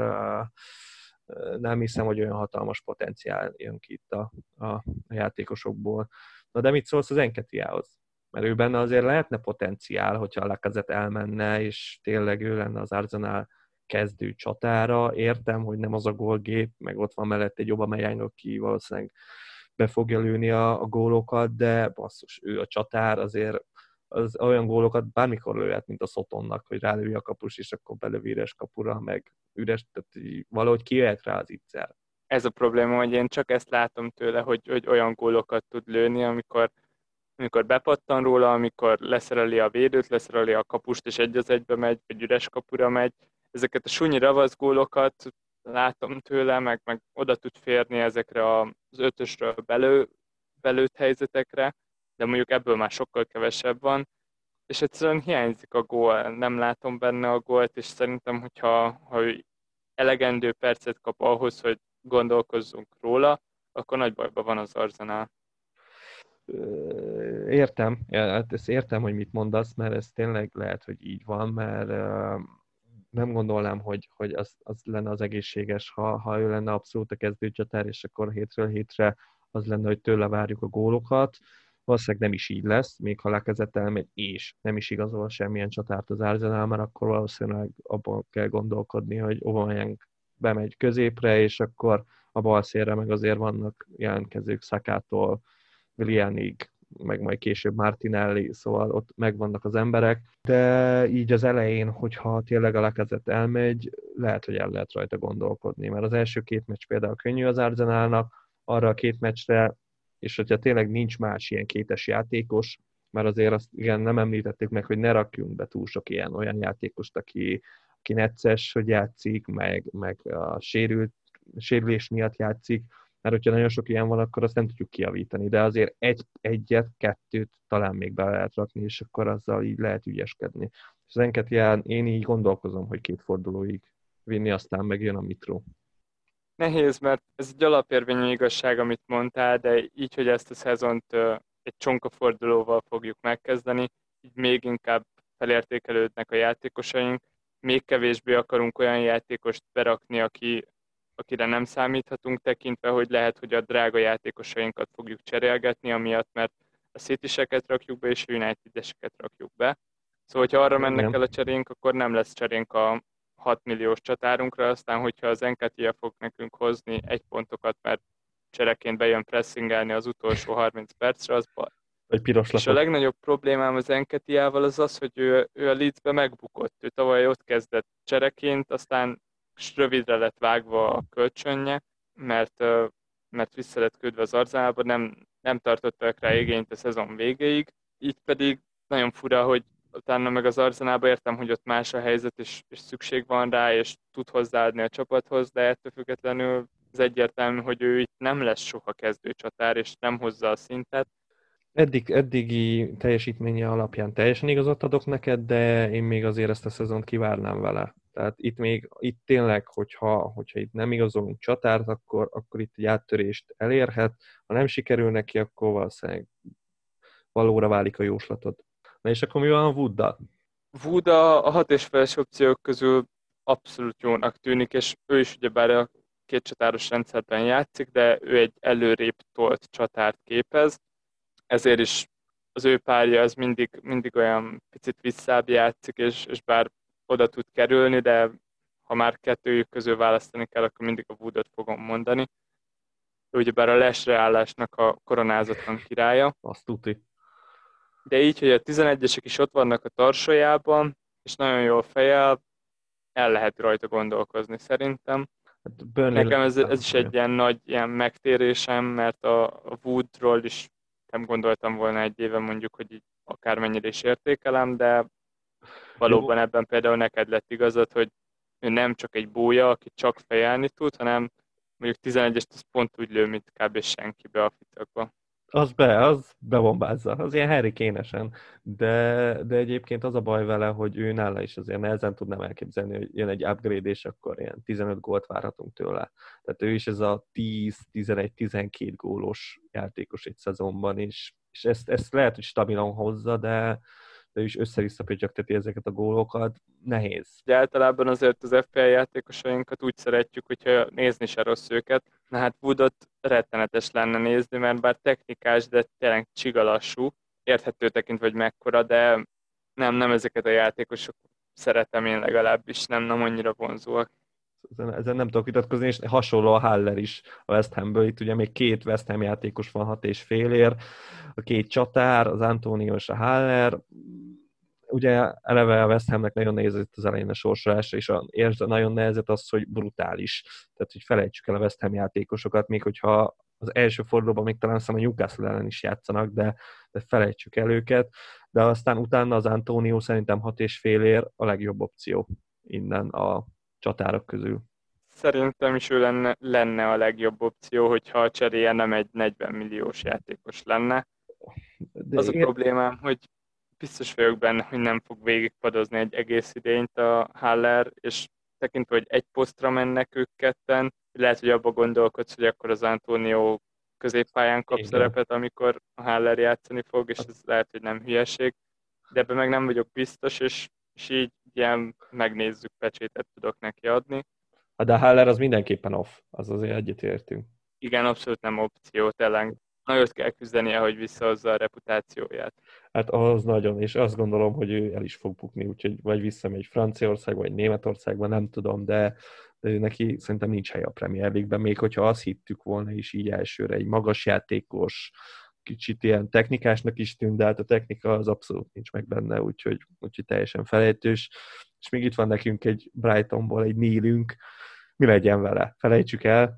Speaker 1: nem hiszem, hogy olyan hatalmas potenciál jön ki itt a, a, a játékosokból. Na de mit szólsz az Enketiához? Mert ő benne azért lehetne potenciál, hogyha a Lacazette elmenne, és tényleg ő lenne az Arsenal kezdő csatára. Értem, hogy nem az a gólgép, meg ott van mellett egy Aubameyang, aki valószínűleg be fogja lőni a, a gólokat, de basszus, ő a csatár azért az olyan gólokat bármikor lőhet, mint a Sotonnak, hogy rálője a kapus, és akkor belövi üres kapura, meg üres, tehát valahogy kijöhet rá az ígyszer.
Speaker 2: Ez a probléma, hogy én csak ezt látom tőle, hogy, hogy olyan gólokat tud lőni, amikor, amikor bepattan róla, amikor leszereli a védőt, leszereli a kapust, és egy az egybe megy, vagy üres kapura megy. Ezeket a sunyi ravasz gólokat látom tőle, meg, meg oda tud férni ezekre az ötösről belő, belőtt helyzetekre, de mondjuk ebből már sokkal kevesebb van, és egyszerűen hiányzik a gól, nem látom benne a gólt, és szerintem, hogyha ha ő elegendő percet kap ahhoz, hogy gondolkozzunk róla, akkor nagy bajban van az Arsenal.
Speaker 1: Értem, hát ezt értem, hogy mit mondasz, mert ez tényleg lehet, hogy így van, mert nem gondolnám, hogy, hogy az, az lenne az egészséges, ha, ha ő lenne abszolút a kezdőcsatár, és akkor hétről hétre az lenne, hogy tőle várjuk a gólokat. Valószínűleg nem is így lesz, még ha lekezett elmegy, és nem is igazol semmilyen csatárt az Arsenal, mert akkor valószínűleg abban kell gondolkodni, hogy Aubameyang bemegy középre, és akkor a bal szélre meg azért vannak jelentkezők Szakától, Willianig, meg majd később Martinelli, szóval ott megvannak az emberek, de így az elején, hogyha tényleg a Lacazette elmegy, lehet, hogy el lehet rajta gondolkodni, mert az első két meccs például könnyű az Arsenalnak, arra a két meccsre, és hogyha tényleg nincs más ilyen kétes játékos, mert azért azt igen, nem említettük meg, hogy ne rakjunk be túl sok ilyen olyan játékost, aki, aki necces, hogy játszik, meg, meg a sérült, sérülés miatt játszik, mert hogyha nagyon sok ilyen van, akkor azt nem tudjuk kijavítani, de azért egy, egyet, kettőt talán még be lehet rakni, és akkor azzal így lehet ügyeskedni. És az Enketián én így gondolkozom, hogy két fordulóig vinni, aztán megjön a Mitro.
Speaker 2: Nehéz, mert ez egy alapérvényű igazság, amit mondtál, de így, hogy ezt a szezont egy csonkafordulóval fogjuk megkezdeni, így még inkább felértékelődnek a játékosaink, még kevésbé akarunk olyan játékost berakni, aki, akire nem számíthatunk, tekintve, hogy lehet, hogy a drága játékosainkat fogjuk cserélgetni, amiatt, mert a City-seket rakjuk be, és a United-eseket rakjuk be. Szóval, hogyha arra mennek
Speaker 1: Igen.
Speaker 2: el a cserénk, akkor nem lesz cserénk a hat milliós csatárunkra, aztán, hogyha az Enketia fog nekünk hozni egy pontokat, mert csereként bejön pressingelni az utolsó harminc percre, az baj.
Speaker 1: Vagy piros
Speaker 2: És a
Speaker 1: lapot.
Speaker 2: legnagyobb problémám az Enketiával az az, hogy ő, ő a Leedsbe megbukott. Ő tavaly ott kezdett csereként, aztán rövidre lett vágva a kölcsönje, mert, mert vissza lett küldve az Arzenálba, nem, nem tartottak rá igényt a szezon végéig. Így pedig nagyon fura, hogy utána meg az Arzenálba értem, hogy ott más a helyzet, és, és szükség van rá, és tud hozzáadni a csapathoz, de ettől függetlenül az egyértelmű, hogy ő itt nem lesz soha kezdőcsatár, és nem hozza a szintet.
Speaker 1: Eddig, eddigi teljesítménye alapján teljesen igazat adok neked, de én még azért ezt a szezont kivárnám vele. Tehát itt még, itt tényleg, hogyha, hogyha itt nem igazolunk csatárt, akkor, akkor itt egy áttörést elérhet. Ha nem sikerül neki, akkor valószínűleg valóra válik a jóslatod. Na és akkor mi van a Wooddal?
Speaker 2: Wood a, a hat és feles opciók közül abszolút jónak tűnik, és ő is ugyebár a két csatáros rendszerben játszik, de ő egy előrébb tolt csatárt képez, ezért is az ő párja az mindig, mindig olyan picit visszább játszik, és, és bár oda tud kerülni, de ha már kettőjük közül választani kell, akkor mindig a Woodot fogom mondani. Ő ugyebár a lesre állásnak a koronázatlan királya.
Speaker 1: Azt tuti.
Speaker 2: De így, hogy a tizenegyesek is ott vannak a tarsójában, és nagyon jól fejel, el lehet rajta gondolkozni szerintem.
Speaker 1: Hát Burnley
Speaker 2: Nekem ez, ez
Speaker 1: lesz,
Speaker 2: is egy ilyen nagy ilyen megtérésem, mert a, a Woodról is nem gondoltam volna egy éve mondjuk, hogy így akármennyire is értékelem, de valóban
Speaker 1: jó,
Speaker 2: ebben például neked lett igazad, hogy ő nem csak egy bója, aki csak fejelni tud, hanem mondjuk tizenegyest az pont úgy lő, mint kb. Senki be a fitakba.
Speaker 1: az be, az bebombázza, az ilyen Harry Kane-esen, de, de egyébként az a baj vele, hogy ő nála is azért nehezen tudnám elképzelni, hogy jön egy upgrade, és akkor ilyen tizenöt gólt várhatunk tőle. Tehát ő is ez a tíz, tizenegy, tizenkét gólos játékos egy szezonban, és, és ezt, ezt lehet, hogy stabilan hozza, de, de ő is össze-vissza pötyögteti ezeket a gólokat. Nehéz.
Speaker 2: Ugye általában azért az ef pé el játékosainkat úgy szeretjük, hogyha nézni se rossz őket. Na hát Woodot rettenetes lenne nézni, mert bár technikás, de tényleg csigalassú, érthető tekintve, hogy mekkora, de nem, nem ezeket a játékosok szeretem én legalábbis, nem, nem annyira vonzóak.
Speaker 1: Ezen, ezen nem tudok vitatkozni, és hasonló a Haller is a West Hamből. Itt ugye még két West Ham játékos van hat és fél ér, a két csatár, az Antonio és a Haller. Ugye eleve a West Hamnek nagyon nehéz itt az elején a sorsolása, és a, és nagyon nehezet az, hogy brutális. Tehát, hogy felejtsük el a West Ham játékosokat, még hogyha az első fordulóban még talán a Newcastle ellen is játszanak, de, de felejtsük el őket. De aztán utána az Antonio szerintem hat és fél ér a legjobb opció innen a csatárok közül.
Speaker 2: Szerintem is ő lenne, lenne a legjobb opció, hogyha a cseréje nem egy negyven milliós játékos lenne.
Speaker 1: De
Speaker 2: Az a
Speaker 1: én...
Speaker 2: problémám, hogy biztos vagyok benne, hogy nem fog végigpadozni egy egész idényt a Haller, és tekintve, hogy egy posztra mennek ők ketten, lehet, hogy abba gondolkodsz, hogy akkor az Antonio középpályán kap
Speaker 1: Igen.
Speaker 2: szerepet, amikor a Haller játszani fog, és ez lehet, hogy nem hülyeség, de ebben meg nem vagyok biztos, és, és így ilyen megnézzük pecsétet tudok neki adni.
Speaker 1: De a Haller az mindenképpen off, az azért egyetértünk.
Speaker 2: Igen, abszolút nem opció, tényleg nagyot kell küzdenie, hogy visszahozza a reputációját.
Speaker 1: Hát az nagyon, és azt gondolom, hogy ő el is fog bukni, úgyhogy vagy visszamegy Franciaországba, vagy Németországba, nem tudom, de, de ő neki szerintem nincs hely a Premier League-ben, még hogyha azt hittük volna is így elsőre, egy magas játékos, kicsit ilyen technikásnak is tűnt, de hát a technika az abszolút nincs meg benne, úgyhogy, úgyhogy teljesen felejtős. És még itt van nekünk egy Brightonból egy Neilünk, mi legyen vele? Felejtsük el?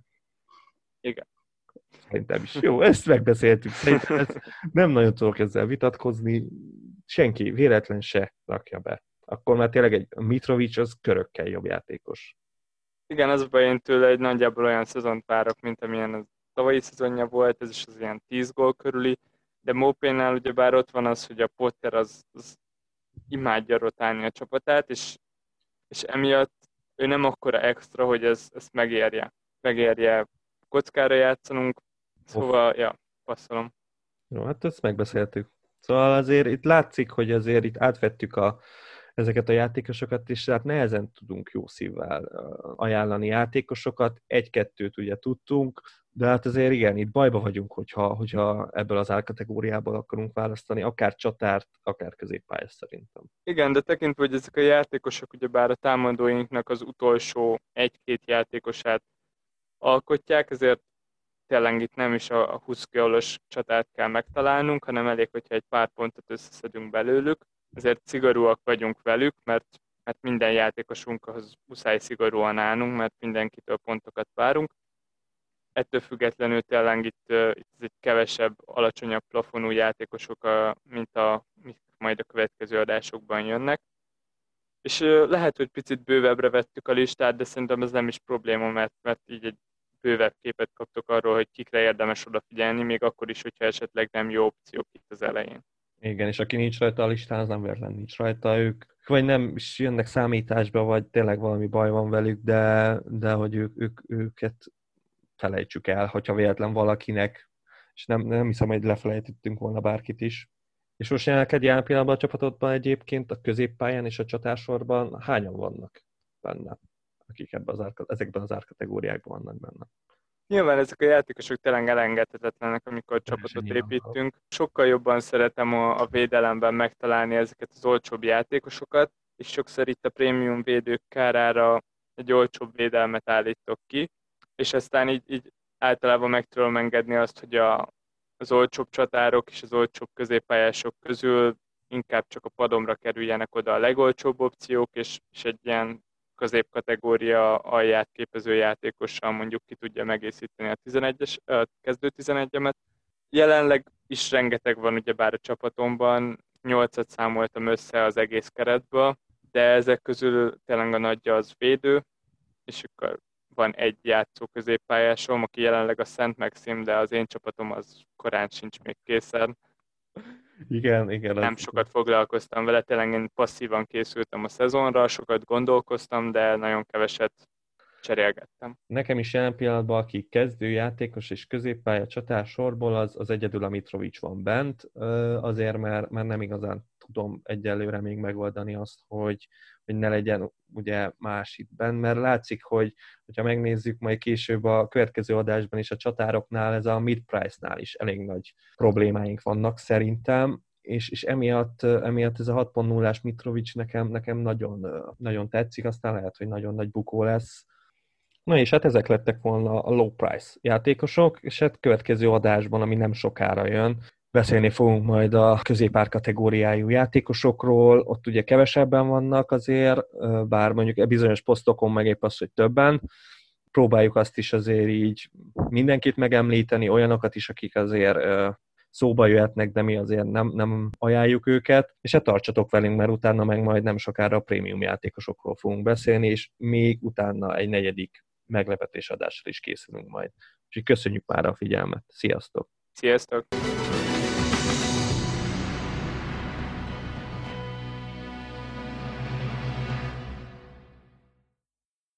Speaker 2: Igen.
Speaker 1: Szerintem is. Jó, ezt megbeszéltük. Szerintem ez, nem nagyon tudok ezzel vitatkozni. Senki véletlen se rakja be. Akkor már tényleg egy Mitrovic az körökkel jobb játékos.
Speaker 2: Igen, az baj, én tőle egy nagyjából olyan szezont várok, mint amilyen a tavalyi szezonja volt, ez is az ilyen tíz gól körüli, de Maupay-nál ugyebár ott van az, hogy a Potter az, az imádja rotálni a csapatát, és, és emiatt ő nem akkora extra, hogy ez, ezt megérje. Megérje kockára játszanunk, szóval, oh. ja, passzolom.
Speaker 1: Jó, hát ezt megbeszéltük. Szóval azért itt látszik, hogy azért itt átvettük a, ezeket a játékosokat, és hát nehezen tudunk jó szívvel ajánlani játékosokat. Egy-kettőt ugye tudtunk, de hát azért igen, itt bajba vagyunk, hogyha, hogyha ebből az árkategóriából akarunk választani, akár csatárt, akár középpályás szerintem.
Speaker 2: Igen, de tekintve, hogy ezek a játékosok ugyebár a támadóinknak az utolsó egy-két játékosát alkotják, ezért tényleg itt nem is a húsz gólos csatát kell megtalálnunk, hanem elég, hogyha egy pár pontot összeszedünk belőlük. Ezért szigorúak vagyunk velük, mert, mert minden játékosunkhoz muszáj szigorúan állnunk, mert mindenkitől pontokat várunk. Ettől függetlenül tényleg itt, itt egy kevesebb, alacsonyabb plafonú játékosok, mint a, mint majd a következő adásokban jönnek. És lehet, hogy picit bővebbre vettük a listát, de szerintem ez nem is probléma, mert, mert így egy bővebb képet kaptok arról, hogy kikre érdemes odafigyelni, még akkor is, hogyha esetleg nem jó opciók itt az elején.
Speaker 1: Igen, és aki nincs rajta a listán, az nem véletlen nincs rajta, ők vagy nem is jönnek számításba, vagy tényleg valami baj van velük, de, de hogy ők, ők, őket felejtsük el, hogyha véletlen valakinek, és nem, nem hiszem, hogy lefelejtettünk volna bárkit is. És most jelenleg jelen pillanatban a csapatodban egyébként a középpályán és a csatársorban hányan vannak benne, akik ebben az árka, ezekben az árkategóriákban vannak benne?
Speaker 2: Nyilván ezek a játékosok tényleg elengedhetetlenek, amikor csapatot építünk. Sokkal jobban szeretem a, a védelemben megtalálni ezeket az olcsóbb játékosokat, és sokszor itt a prémium védők kárára egy olcsóbb védelmet állítok ki, és aztán így, így általában meg tudom engedni azt, hogy a, az olcsóbb csatárok és az olcsóbb középpályások közül inkább csak a padomra kerüljenek oda a legolcsóbb opciók, és, és egy ilyen középkategória alját képező játékossal mondjuk ki tudja megészíteni a, tizenegyes, a kezdő tizenegyemet. Jelenleg is rengeteg van ugyebár a csapatomban, nyolcat számoltam össze az egész keretből, de ezek közül tényleg a nagyja az védő, és akkor van egy játszó középpályásom, aki jelenleg a Szent Maxim, de az én csapatom az korán sincs még készen.
Speaker 1: Igen, igen.
Speaker 2: Nem az sokat foglalkoztam vele, tényleg én passzívan készültem a szezonra, sokat gondolkoztam, de nagyon keveset cserélgettem.
Speaker 1: Nekem is jelen pillanatban, aki kezdőjátékos és középpálya csatár sorból, az, az egyedül a Mitrovic van bent, azért, mert, mert nem igazán tudom egyelőre még megoldani azt, hogy, hogy ne legyen ugye más itt benn, mert látszik, hogy ha megnézzük majd később a következő adásban is a csatároknál, ez a mid-price-nál is elég nagy problémáink vannak szerintem, és, és emiatt, emiatt ez a hat pont nullás Mitrovic nekem, nekem nagyon, nagyon tetszik, aztán lehet, hogy nagyon nagy bukó lesz. Na és hát ezek lettek volna a low price játékosok, és hát következő adásban, ami nem sokára jön, beszélni fogunk majd a középár kategóriájú játékosokról, ott ugye kevesebben vannak azért, bár mondjuk bizonyos posztokon meg épp az, hogy többen. Próbáljuk azt is azért így mindenkit megemlíteni, olyanokat is, akik azért szóba jöhetnek, de mi azért nem, nem ajánljuk őket, és hát tartsatok velünk, mert utána meg majd nem sokára a prémium játékosokról fogunk beszélni, és még utána egy negyedik meglepetés adásra is készülünk majd. Úgyhogy köszönjük már a figyelmet. Sziasztok!
Speaker 2: Sziasztok!